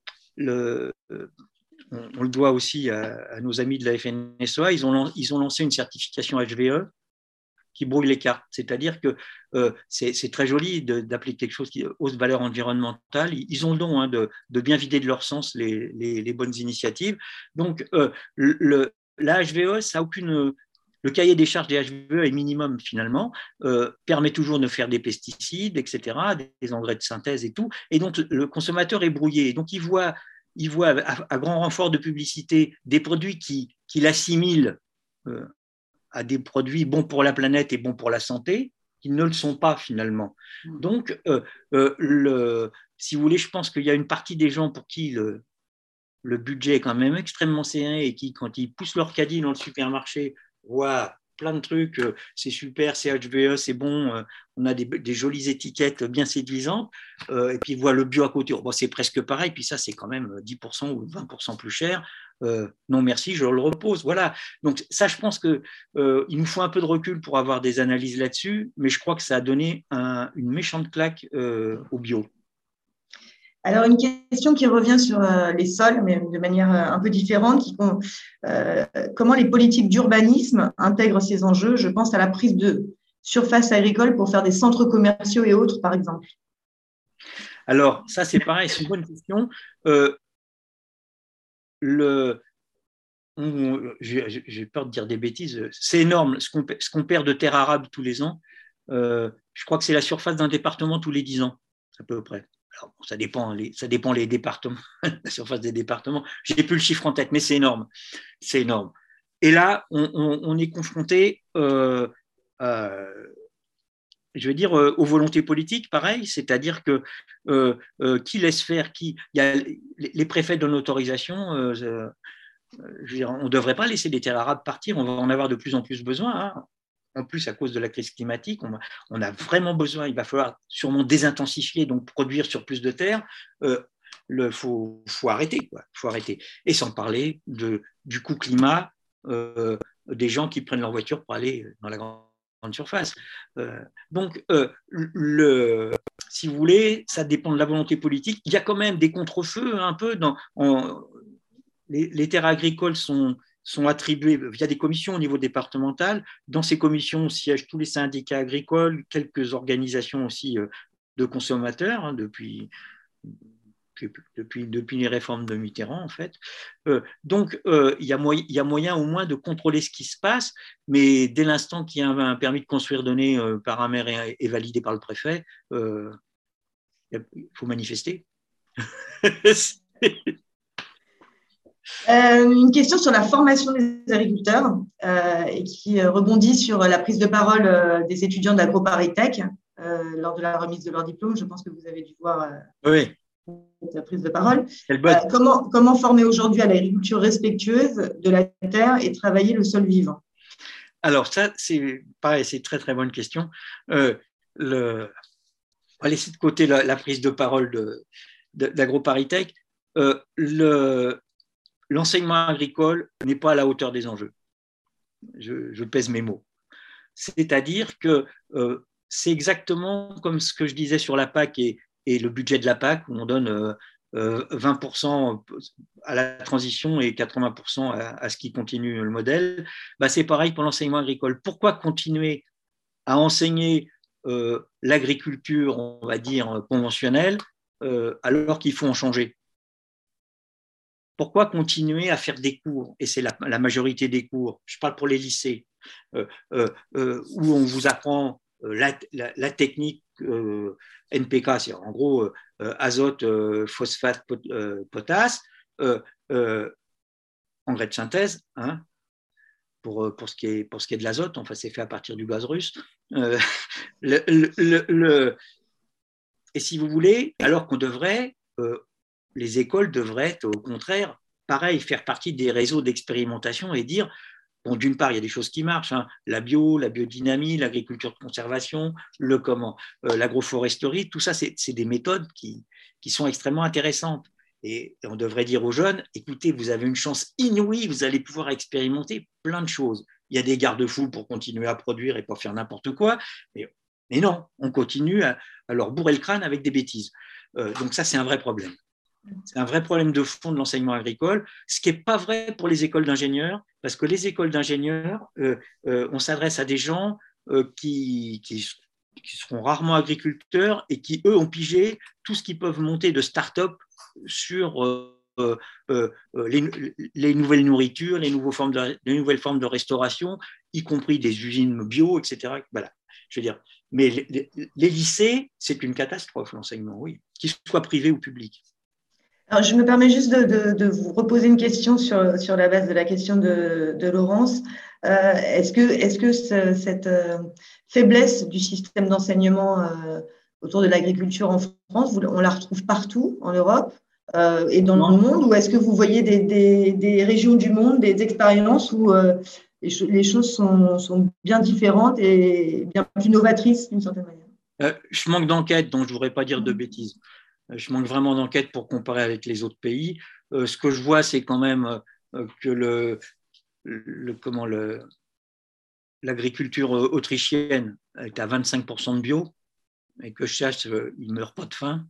le, on, on le doit aussi à, à nos amis de la F N S E A, ils ont, ils ont lancé une certification H V E qui brouille les cartes. C'est-à-dire que euh, c'est très joli d'appeler quelque chose qui hausse valeur environnementale. Ils ont le don hein, de, de bien vider de leur sens les, les, les bonnes initiatives. Donc, euh, le, la H V E, ça n'a aucune... Le cahier des charges des H V E est minimum finalement, euh, permet toujours de faire des pesticides, et cetera, des engrais de synthèse et tout. Et donc, le consommateur est brouillé. Donc, il voit, il voit à, à grand renfort de publicité des produits qui, qui l'assimilent euh, à des produits bons pour la planète et bons pour la santé, qui ne le sont pas finalement. Donc, euh, euh, le, si vous voulez, je pense qu'il y a une partie des gens pour qui le, le budget est quand même extrêmement serré et qui, quand ils poussent leur caddie dans le supermarché, voient plein de trucs, euh, c'est super, c'est H V E, c'est bon, euh, on a des, des jolies étiquettes bien séduisantes, euh, et puis ils voient le bio à côté. Bon, c'est presque pareil, puis ça, c'est quand même dix pour cent ou vingt pour cent plus cher. Euh, non, merci, je le repose. Voilà. Donc, ça, je pense qu'il euh, nous faut un peu de recul pour avoir des analyses là-dessus, mais je crois que ça a donné un, une méchante claque euh, au bio. Alors, une question qui revient sur euh, les sols, mais de manière euh, un peu différente, qui, euh, comment les politiques d'urbanisme intègrent ces enjeux? Je pense à la prise de surface agricole pour faire des centres commerciaux et autres, par exemple. Alors, ça, c'est pareil, c'est une bonne question. Euh, le, j'ai peur de dire des bêtises, c'est énorme ce qu'on qu'on perd de terres arables tous les ans. Euh, je crois que c'est la surface d'un département tous les dix ans, à peu près. Alors, bon, ça dépend, les, ça dépend les départements, la surface des départements. Je n'ai plus le chiffre en tête, mais c'est énorme. C'est énorme. Et là, on, on, on est confronté, euh, euh, je veux dire, euh, aux volontés politiques, pareil, c'est-à-dire que euh, euh, qui laisse faire, qui, il y a les, les préfets donnent l'autorisation. Euh, je veux dire, on ne devrait pas laisser des terres arables partir, on va en avoir de plus en plus besoin. Hein. En plus, à cause de la crise climatique, on a, on a vraiment besoin, il va falloir sûrement désintensifier, donc produire sur plus de terres. Euh, il faut, faut arrêter, quoi. Faut arrêter. Et sans parler de, du coût climat, euh, des gens qui prennent leur voiture pour aller dans la grande surface. Euh, donc, euh, le, si vous voulez, ça dépend de la volonté politique. Il y a quand même des contre-feux un peu dans... En, les, les terres agricoles sont, sont attribuées via des commissions au niveau départemental. Dans ces commissions siègent tous les syndicats agricoles, quelques organisations aussi de consommateurs, hein, depuis, depuis, depuis les réformes de Mitterrand, en fait. Euh, donc, euh, il y a moyen, il y a moyen au moins de contrôler ce qui se passe, mais dès l'instant qu'il y a un, un permis de construire donné euh, par un maire et, et validé par le préfet, euh, il faut manifester. Euh, une question sur la formation des agriculteurs euh, et qui rebondit sur la prise de parole euh, des étudiants de l'AgroParisTech euh, lors de la remise de leur diplôme. Je pense que vous avez dû voir euh, oui. la prise de parole. Euh, comment, comment former aujourd'hui à l'agriculture respectueuse de la terre et travailler le sol vivant? Alors ça, c'est pareil, c'est une très très bonne question. Euh, le... On va laisser de côté la, la prise de parole de, de, d'AgroParisTech. Euh, le... L'enseignement agricole n'est pas à la hauteur des enjeux. Je, je pèse mes mots. C'est-à-dire que euh, c'est exactement comme ce que je disais sur la P A C et, et le budget de la P A C, où on donne euh, euh, vingt pour cent à la transition et quatre-vingts pour cent à, à ce qui continue le modèle. Bah, c'est pareil pour l'enseignement agricole. Pourquoi continuer à enseigner euh, l'agriculture, on va dire, conventionnelle, euh, alors qu'il faut en changer ? Pourquoi continuer à faire des cours, et c'est la, la majorité des cours, je parle pour les lycées, euh, euh, euh, où on vous apprend euh, la, la, la technique euh, N P K, c'est en gros euh, azote, euh, phosphate, pot, euh, potasse, euh, euh, engrais de synthèse, hein, pour, pour, ce qui est, pour ce qui est de l'azote. Enfin, c'est fait à partir du gaz russe. Euh, le, le, le, et si vous voulez, alors qu'on devrait, euh, les écoles devraient, au contraire, pareil, faire partie des réseaux d'expérimentation et dire, bon, d'une part, il y a des choses qui marchent, hein, la bio, la biodynamie, l'agriculture de conservation, le comment, euh, l'agroforesterie, tout ça, c'est, c'est des méthodes qui, qui sont extrêmement intéressantes. Et on devrait dire aux jeunes, écoutez, vous avez une chance inouïe, vous allez pouvoir expérimenter plein de choses. Il y a des garde-fous pour continuer à produire et pas faire n'importe quoi, mais, mais non, on continue à, à leur bourrer le crâne avec des bêtises. Euh, donc ça, c'est un vrai problème. C'est un vrai problème de fond de l'enseignement agricole, ce qui n'est pas vrai pour les écoles d'ingénieurs, parce que les écoles d'ingénieurs, euh, euh, on s'adresse à des gens euh, qui, qui, qui seront rarement agriculteurs et qui, eux, ont pigé tout ce qu'ils peuvent monter de start-up sur euh, euh, euh, les, les nouvelles nourritures, les, nouveaux formes de, les nouvelles formes de restauration, y compris des usines bio, et cetera. Voilà, je veux dire. Mais les, les lycées, c'est une catastrophe, l'enseignement, oui, qu'ils soient privés ou publics. Alors, je me permets juste de, de, de vous reposer une question sur, sur la base de la question de, de Laurence. Euh, est-ce que, est-ce que ce, cette euh, faiblesse du système d'enseignement euh, autour de l'agriculture en France, vous, on la retrouve partout en Europe euh, et dans non. le monde, ou est-ce que vous voyez des, des, des régions du monde, des expériences où euh, les, cho- les choses sont, sont bien différentes et bien plus novatrices d'une certaine manière? euh, Je manque d'enquête, donc je ne voudrais pas dire de bêtises. Je manque vraiment d'enquête pour comparer avec les autres pays. Euh, ce que je vois, c'est quand même euh, que le, le, comment, le, l'agriculture autrichienne est à vingt-cinq pour cent de bio et que je sache, euh, ils ne meurent pas de faim.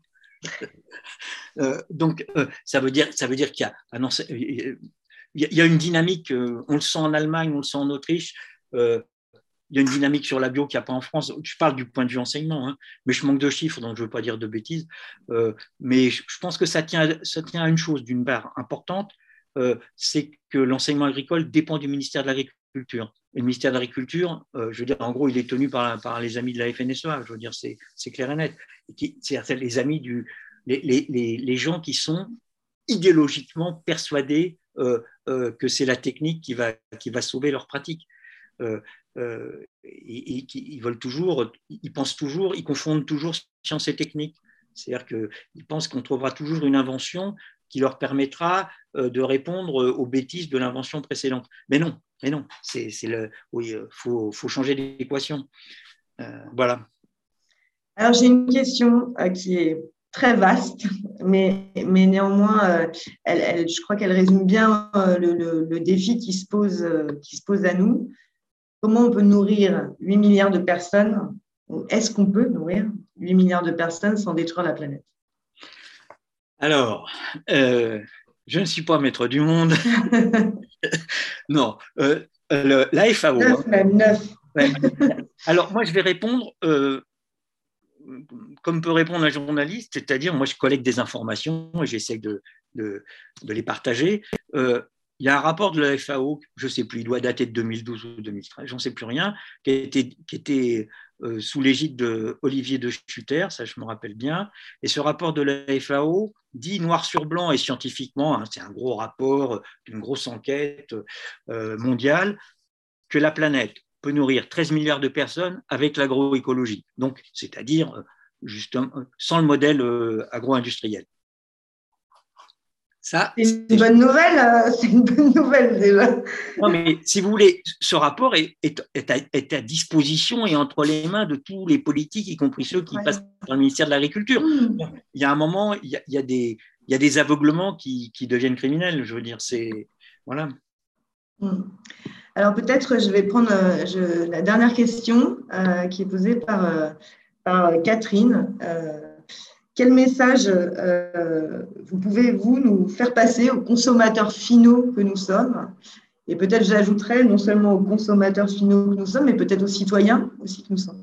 euh, donc, euh, ça veut dire, ça veut dire qu'il y a, ah non, il y a une dynamique, euh, on le sent en Allemagne, on le sent en Autriche. Euh, Il y a une dynamique sur la bio qu'il n'y a pas en France. Je parle du point de vue enseignement, hein, mais je manque de chiffres, donc je ne veux pas dire de bêtises. Euh, mais je pense que ça tient, ça tient à une chose, d'une part importante, euh, c'est que l'enseignement agricole dépend du ministère de l'Agriculture. Et le ministère de l'Agriculture, euh, je veux dire, en gros, il est tenu par, par les amis de la F N S E A, je veux dire, c'est, c'est clair et net. C'est les amis du, les, les, les, les gens qui sont idéologiquement persuadés euh, euh, que c'est la technique qui va, qui va sauver leur pratique. Euh, euh, ils, ils veulent toujours, ils pensent toujours, ils confondent toujours science et technique. C'est-à-dire qu'ils pensent qu'on trouvera toujours une invention qui leur permettra euh, de répondre aux bêtises de l'invention précédente. Mais non, mais non, c'est, c'est le, oui, faut, faut changer d'équation. Euh, voilà. Alors j'ai une question euh, qui est très vaste, mais, mais néanmoins, euh, elle, elle, je crois qu'elle résume bien euh, le, le, le défi qui se pose, euh, qui se pose à nous. Comment on peut nourrir huit milliards de personnes, ou est-ce qu'on peut nourrir huit milliards de personnes sans détruire la planète? Alors, euh, je ne suis pas maître du monde. Non, euh, le, la F A O. Neuf, hein. Même neuf. Ouais. Alors, moi, je vais répondre euh, comme peut répondre un journaliste, c'est-à-dire, moi, je collecte des informations et j'essaie de, de, de les partager. Euh, Il y a un rapport de la F A O, je ne sais plus, il doit dater de deux mille douze ou deux mille treize, j'en sais plus rien, qui était, qui était euh, sous l'égide d'Olivier de Schutter, ça je me rappelle bien. Et ce rapport de la F A O dit noir sur blanc et scientifiquement, hein, c'est un gros rapport, une grosse enquête euh, mondiale, que la planète peut nourrir treize milliards de personnes avec l'agroécologie, donc c'est-à-dire justement sans le modèle euh, agro-industriel. Ça, c'est une bonne nouvelle, euh, c'est une bonne nouvelle déjà. Non, mais si vous voulez, ce rapport est, est, est, à, est à disposition et entre les mains de tous les politiques, y compris ceux qui ouais. passent dans le ministère de l'Agriculture. Mmh. Il y a un moment, il y a, il y a, des, il y a des aveuglements qui, qui deviennent criminels. Je veux dire, c'est voilà. Mmh. Alors peut-être je vais prendre je, la dernière question euh, qui est posée par, euh, par Catherine. Euh, Quel message euh, vous pouvez, vous, nous faire passer aux consommateurs finaux que nous sommes? Et peut-être j'ajouterais non seulement aux consommateurs finaux que nous sommes, mais peut-être aux citoyens aussi que nous sommes.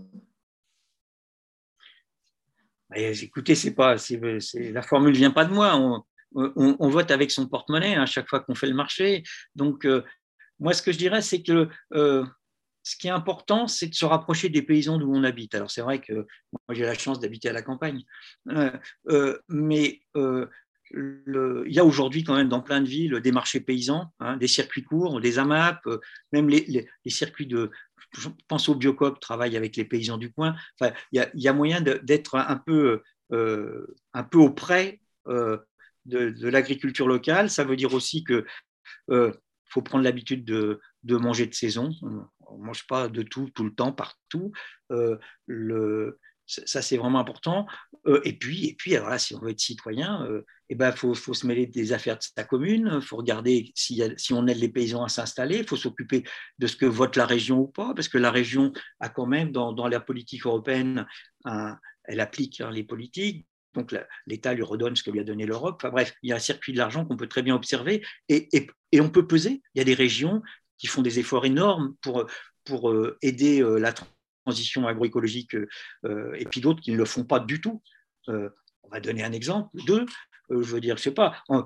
Et, écoutez, c'est pas, c'est, c'est, la formule ne vient pas de moi. On, on, on vote avec son porte-monnaie à hein, chaque fois qu'on fait le marché. Donc, euh, moi, ce que je dirais, c'est que euh, ce qui est important, c'est de se rapprocher des paysans d'où on habite. Alors, c'est vrai que moi, j'ai la chance d'habiter à la campagne, euh, euh, mais euh, le, il y a aujourd'hui quand même dans plein de villes des marchés paysans, hein, des circuits courts, des A M A P, même les, les, les circuits de, je pense au Biocoop, travaille avec les paysans du coin. Enfin, il y a, il y a moyen de, d'être un peu, euh, un peu auprès euh, de, de l'agriculture locale. Ça veut dire aussi que euh, faut prendre l'habitude de, de manger de saison. On ne mange pas de tout, tout le temps, partout. Euh, le, ça, c'est vraiment important. Euh, et puis, et puis alors là, si on veut être citoyen, euh, eh ben, faut, faut se mêler des affaires de sa commune. Il faut regarder si, si on aide les paysans à s'installer. Il faut s'occuper de ce que vote la région ou pas, parce que la région a quand même, dans, dans la politique européenne, un, elle applique hein, les politiques. Donc l'État lui redonne ce que lui a donné l'Europe. Enfin bref, il y a un circuit de l'argent qu'on peut très bien observer et, et, et on peut peser. Il y a des régions qui font des efforts énormes pour, pour aider la transition agroécologique euh, et puis d'autres qui ne le font pas du tout. Euh, on va donner un exemple. Deux, euh, je veux dire, je sais pas, en,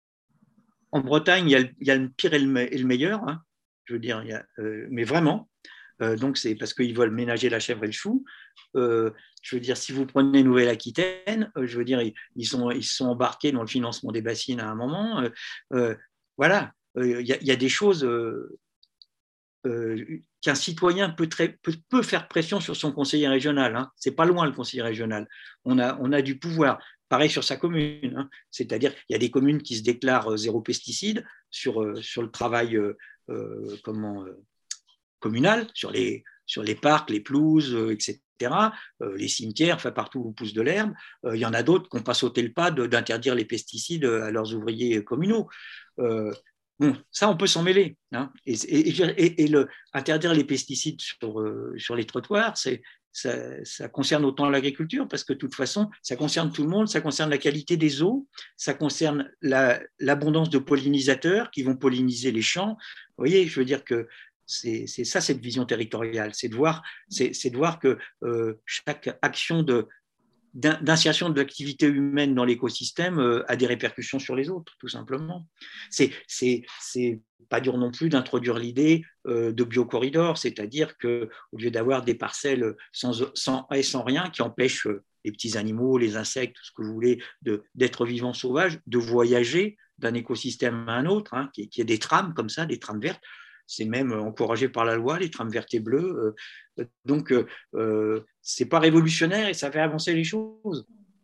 en Bretagne, il y, a le, il y a le pire et le, et le meilleur. Hein, je veux dire, il y a, euh, mais vraiment. Euh, donc, c'est parce qu'ils veulent ménager la chèvre et le chou. Euh, je veux dire, si vous prenez Nouvelle-Aquitaine, euh, je veux dire, ils, ils, sont, ils sont embarqués dans le financement des bassines à un moment. Euh, euh, voilà, il euh, y, y a des choses euh, euh, qu'un citoyen peut, très, peut, peut faire pression sur son conseiller régional. Hein. C'est pas loin le conseiller régional. On a, on a du pouvoir. Pareil sur sa commune. Hein. C'est-à-dire qu'il y a des communes qui se déclarent zéro pesticide sur, euh, sur le travail euh, euh, comment, euh, communal, sur les, sur les parcs, les pelouses, euh, et cetera, euh, les cimetières, enfin partout où pousse de l'herbe. Euh, il y en a d'autres qui n'ont pas sauté le pas de, d'interdire les pesticides à leurs ouvriers communaux. Euh, bon, ça, on peut s'en mêler. Hein. Et, et, et, et le, interdire les pesticides sur, euh, sur les trottoirs, c'est, ça, ça concerne autant l'agriculture parce que de toute façon, ça concerne tout le monde, ça concerne la qualité des eaux, ça concerne la, l'abondance de pollinisateurs qui vont polliniser les champs. Vous voyez, je veux dire que c'est, c'est ça cette vision territoriale, c'est de voir, c'est, c'est de voir que euh, chaque action de, d'insertion de l'activité humaine dans l'écosystème euh, a des répercussions sur les autres, tout simplement. C'est, c'est, c'est pas dur non plus d'introduire l'idée euh, de biocorridor, c'est-à-dire qu'au lieu d'avoir des parcelles sans, sans haie, sans rien, qui empêchent euh, les petits animaux, les insectes, tout ce que vous voulez, de, d'être vivants sauvages, de voyager d'un écosystème à un autre, hein, qu'il y ait des trames comme ça, des trames vertes. C'est même encouragé par la loi, les trames vertes et bleues. Donc, euh, ce n'est pas révolutionnaire et ça fait avancer les choses.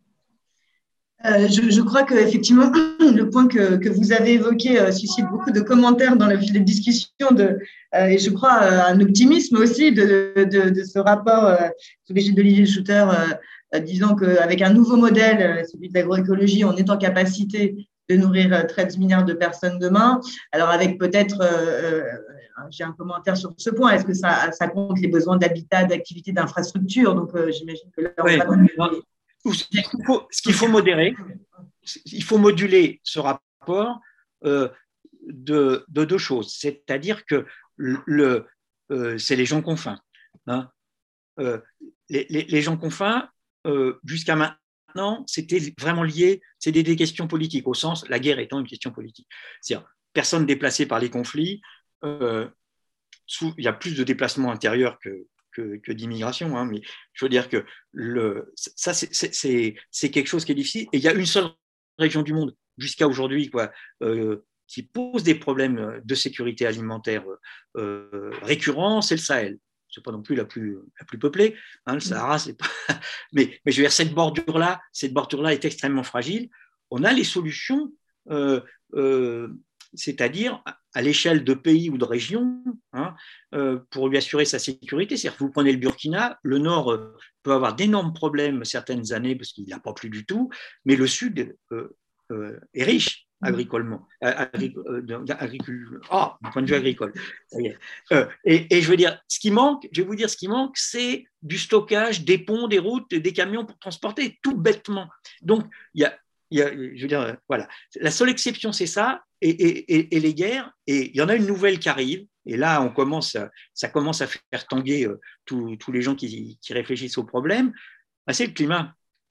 Euh, je, je crois qu'effectivement, le point que, que vous avez évoqué euh, suscite beaucoup de commentaires dans la discussion de, euh, et je crois euh, un optimisme aussi de, de, de ce rapport euh, sous l'égide d'Olivier Schutter, euh, disant qu'avec un nouveau modèle, celui de l'agroécologie, on est en capacité de nourrir treize milliards de personnes demain. Alors avec peut-être, euh, j'ai un commentaire sur ce point, est-ce que ça, ça compte les besoins d'habitat, d'activité, d'infrastructure? Donc euh, j'imagine que là, on ouais, va dans le... Ce qu'il faut, ce qu'il faut modérer, il faut moduler ce rapport euh, de, de deux choses. C'est-à-dire que le, euh, c'est les gens qui ont faim. Hein. Euh, les, les, les gens qui ont faim, euh, jusqu'à maintenant, c'était vraiment lié, c'était des questions politiques, au sens, la guerre étant une question politique. C'est-à-dire, personne déplacé par les conflits, euh, sous, il y a plus de déplacements intérieurs que, que, que d'immigration, hein, mais je veux dire que le, ça, c'est, c'est, c'est quelque chose qui est difficile. Et il y a une seule région du monde, jusqu'à aujourd'hui, quoi, euh, qui pose des problèmes de sécurité alimentaire euh, récurrents, c'est le Sahel. Ce n'est pas non plus la plus, la plus peuplée, hein, le Sahara, c'est pas... mais, mais je veux dire, cette bordure-là, cette bordure-là est extrêmement fragile. On a les solutions, euh, euh, c'est-à-dire à l'échelle de pays ou de régions, hein, euh, pour lui assurer sa sécurité. C'est-à-dire que vous prenez le Burkina, le Nord euh, peut avoir d'énormes problèmes certaines années parce qu'il n'a pas plu du tout, mais le Sud euh, euh, est riche agricolement, euh, agricole, euh, agricole, oh, du point de vue agricole. Euh, et, et je veux dire, ce qui manque, je vais vous dire, ce qui manque, c'est du stockage, des ponts, des routes, des camions pour transporter, tout bêtement. Donc, il y a, il y a, je veux dire, voilà, la seule exception, c'est ça, et, et, et, et les guerres. Et il y en a une nouvelle qui arrive. Et là, on commence, à, ça commence à faire tanguer euh, tous, tous les gens qui, qui réfléchissent au problème. Ben, c'est le climat.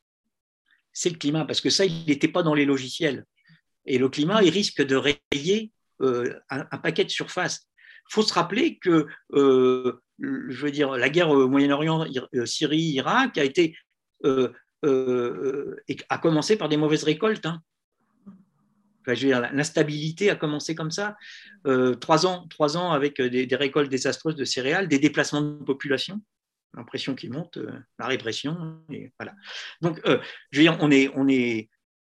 C'est le climat, parce que ça, il n'était pas dans les logiciels. Et le climat, il risque de rayer euh, un, un paquet de surfaces. Il faut se rappeler que, euh, je veux dire, la guerre au Moyen-Orient, Syrie, Irak, a été, euh, euh, a commencé par des mauvaises récoltes. Hein. Enfin, je veux dire, l'instabilité a commencé comme ça. Euh, trois ans, trois ans avec des, des récoltes désastreuses de céréales, des déplacements de population, l'impression qui monte, euh, la répression. Et voilà. Donc, euh, je veux dire, on est, on est,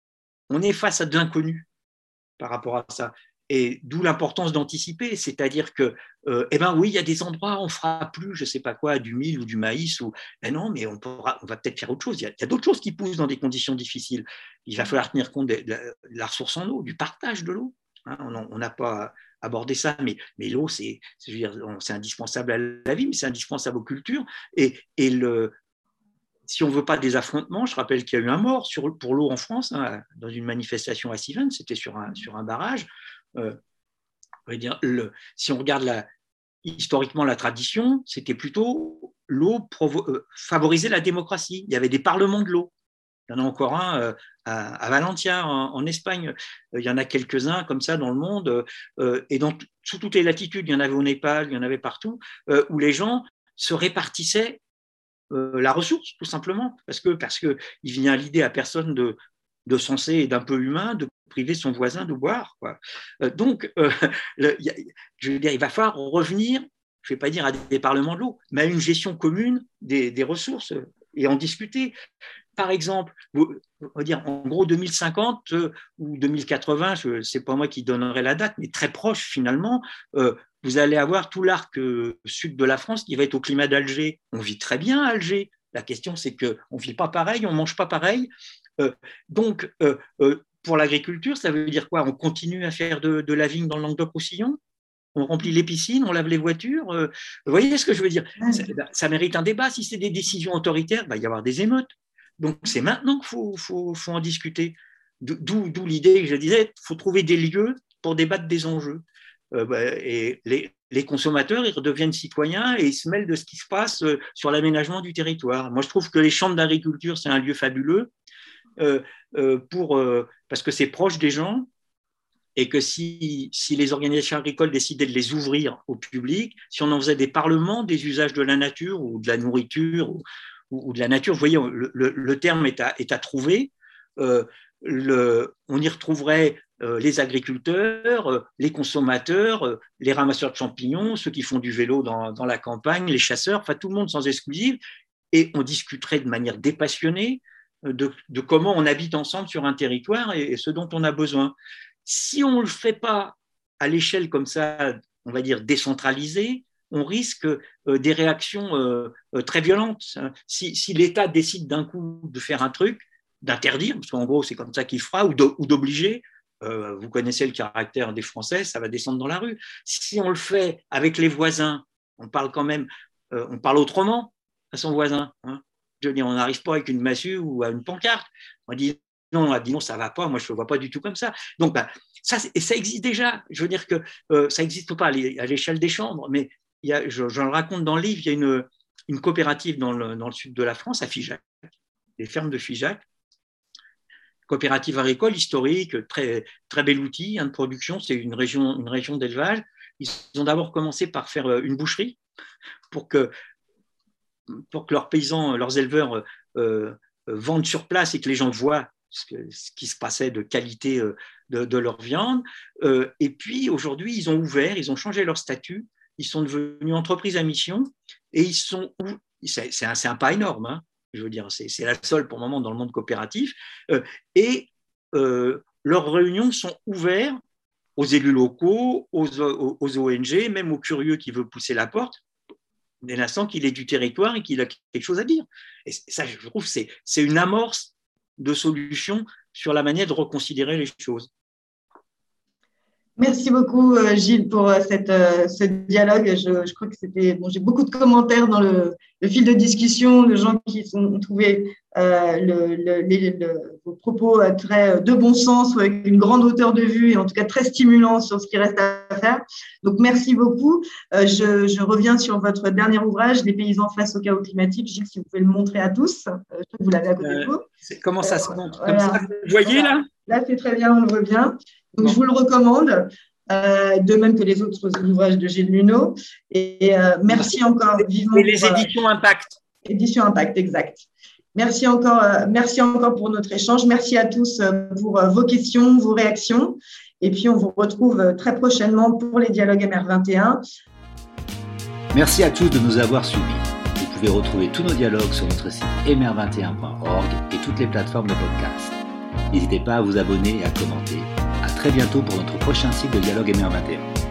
on est face à de l'inconnu par rapport à ça. Et d'où l'importance d'anticiper, c'est-à-dire que, euh, eh ben oui, il y a des endroits où on ne fera plus, je ne sais pas quoi, du mil ou du maïs, ou ben non, mais on, pourra, on va peut-être faire autre chose. Il y, a, il y a d'autres choses qui poussent dans des conditions difficiles. Il va falloir tenir compte de, de, de la ressource en eau, du partage de l'eau. Hein, on n'a pas abordé ça, mais, mais l'eau, c'est, c'est, c'est indispensable à la vie, mais c'est indispensable aux cultures. Et, et le, si on ne veut pas des affrontements, je rappelle qu'il y a eu un mort sur, pour l'eau en France, hein, dans une manifestation à Sivens, c'était sur un, sur un barrage. Euh, on va dire, le, si on regarde la, historiquement la tradition, c'était plutôt l'eau provo- euh, favoriser la démocratie. Il y avait des parlements de l'eau. Il y en a encore un euh, à, à Valencia, en, en Espagne. Euh, il y en a quelques-uns comme ça dans le monde. Euh, et dans, sous toutes les latitudes, il y en avait au Népal, il y en avait partout, euh, où les gens se répartissaient euh, la ressource, tout simplement. Parce que, parce que il vient l'idée à personne de, de sensé et d'un peu humain de priver son voisin de boire, quoi. Euh, donc, euh, le, y a, je veux dire, il va falloir revenir, je ne vais pas dire à des parlements de l'eau, mais à une gestion commune des, des ressources et en discuter. Par exemple, on va dire en gros deux mille cinquante euh, ou deux mille quatre-vingts, ce n'est pas moi qui donnerai la date, mais très proche finalement, euh, vous allez avoir tout l'arc euh, sud de la France qui va être au climat d'Alger. On vit très bien à Alger. La question, c'est qu'on ne vit pas pareil, on ne mange pas pareil. Euh, donc, euh, euh, pour l'agriculture, ça veut dire quoi? On continue à faire de, de la vigne dans le Languedoc-Roussillon? On remplit les piscines, on lave les voitures? euh, Vous voyez ce que je veux dire? ça, ça mérite un débat. Si c'est des décisions autoritaires, il va y avoir des émeutes. Donc, c'est maintenant qu'il faut, faut, faut en discuter. D'où, d'où l'idée que je disais, il faut trouver des lieux pour débattre des enjeux. Euh, bah, et les, les consommateurs, ils redeviennent citoyens et ils se mêlent de ce qui se passe sur l'aménagement du territoire. Moi, je trouve que les chambres d'agriculture, c'est un lieu fabuleux. Euh, euh, pour, euh, parce que c'est proche des gens et que si, si les organisations agricoles décidaient de les ouvrir au public, si on en faisait des parlements des usages de la nature ou de la nourriture ou, ou de la nature, vous voyez, le, le, le terme est à, est à trouver. Euh, le, on y retrouverait euh, les agriculteurs, euh, les consommateurs, euh, les ramasseurs de champignons, ceux qui font du vélo dans, dans la campagne, les chasseurs, enfin tout le monde sans exclusive, et on discuterait de manière dépassionnée De, de comment on habite ensemble sur un territoire et, et ce dont on a besoin. Si on ne le fait pas à l'échelle comme ça, on va dire décentralisée, on risque euh, des réactions euh, euh, très violentes. Si, si l'État décide d'un coup de faire un truc, d'interdire, parce qu'en gros c'est comme ça qu'il fera, ou, de, ou d'obliger, euh, vous connaissez le caractère des Français, ça va descendre dans la rue. Si on le fait avec les voisins, on parle quand même, euh, on parle autrement à son voisin, hein. Je veux dire, on n'arrive pas avec une massue ou à une pancarte. On dit non, on a dit non, ça ne va pas, moi je ne le vois pas du tout comme ça. Donc, bah, ça, et ça existe déjà. Je veux dire que euh, ça n'existe pas à l'échelle des chambres, mais il y a, je, je le raconte dans le livre, il y a une, une coopérative dans le, dans le sud de la France, à Figeac, les fermes de Figeac, coopérative agricole historique, très, très bel outil hein, de production, c'est une région, une région d'élevage. Ils ont d'abord commencé par faire une boucherie pour que pour que leurs paysans, leurs éleveurs euh, vendent sur place et que les gens voient ce, que, ce qui se passait de qualité euh, de, de leur viande. Euh, et puis aujourd'hui, ils ont ouvert, ils ont changé leur statut, ils sont devenus entreprise à mission et ils sont, c'est, c'est, un, c'est un pas énorme, hein, je veux dire, c'est, c'est la seule pour le moment dans le monde coopératif. Euh, et euh, leurs réunions sont ouvertes aux élus locaux, aux, aux, aux O N G, même aux curieux qui veulent pousser la porte, dès l'instant qu'il est du territoire et qu'il a quelque chose à dire. Et ça, je trouve, c'est, c'est une amorce de solution sur la manière de reconsidérer les choses. Merci beaucoup, Gilles, pour cette, ce dialogue. Je, je crois que c'était… Bon, j'ai beaucoup de commentaires dans le, le fil de discussion, de gens qui sont, ont trouvé euh, le, le, les, le, vos propos très de bon sens, avec une grande hauteur de vue et en tout cas très stimulants sur ce qui reste à faire. Donc, merci beaucoup. Euh, je, je reviens sur votre dernier ouvrage, Les paysans face au chaos climatique. Gilles, si vous pouvez le montrer à tous. Euh, je trouve que vous l'avez à côté euh, de vous. C'est, comment ça euh, se montre voilà. Comme ça, vous voyez là? Là, c'est très bien, on le voit bien. Donc, je vous le recommande, euh, de même que les autres ouvrages de Gilles Luneau. Et euh, merci encore vivement. Et les pour, éditions Impact. Éditions Impact, exact. Merci encore, merci encore pour notre échange. Merci à tous pour vos questions, vos réactions. Et puis, on vous retrouve très prochainement pour les dialogues M R vingt et un. Merci à tous de nous avoir suivis. Vous pouvez retrouver tous nos dialogues sur notre site m r vingt et un point org et toutes les plateformes de podcast. N'hésitez pas à vous abonner et à commenter. À très bientôt pour notre prochain cycle de dialogue M R vingt et un.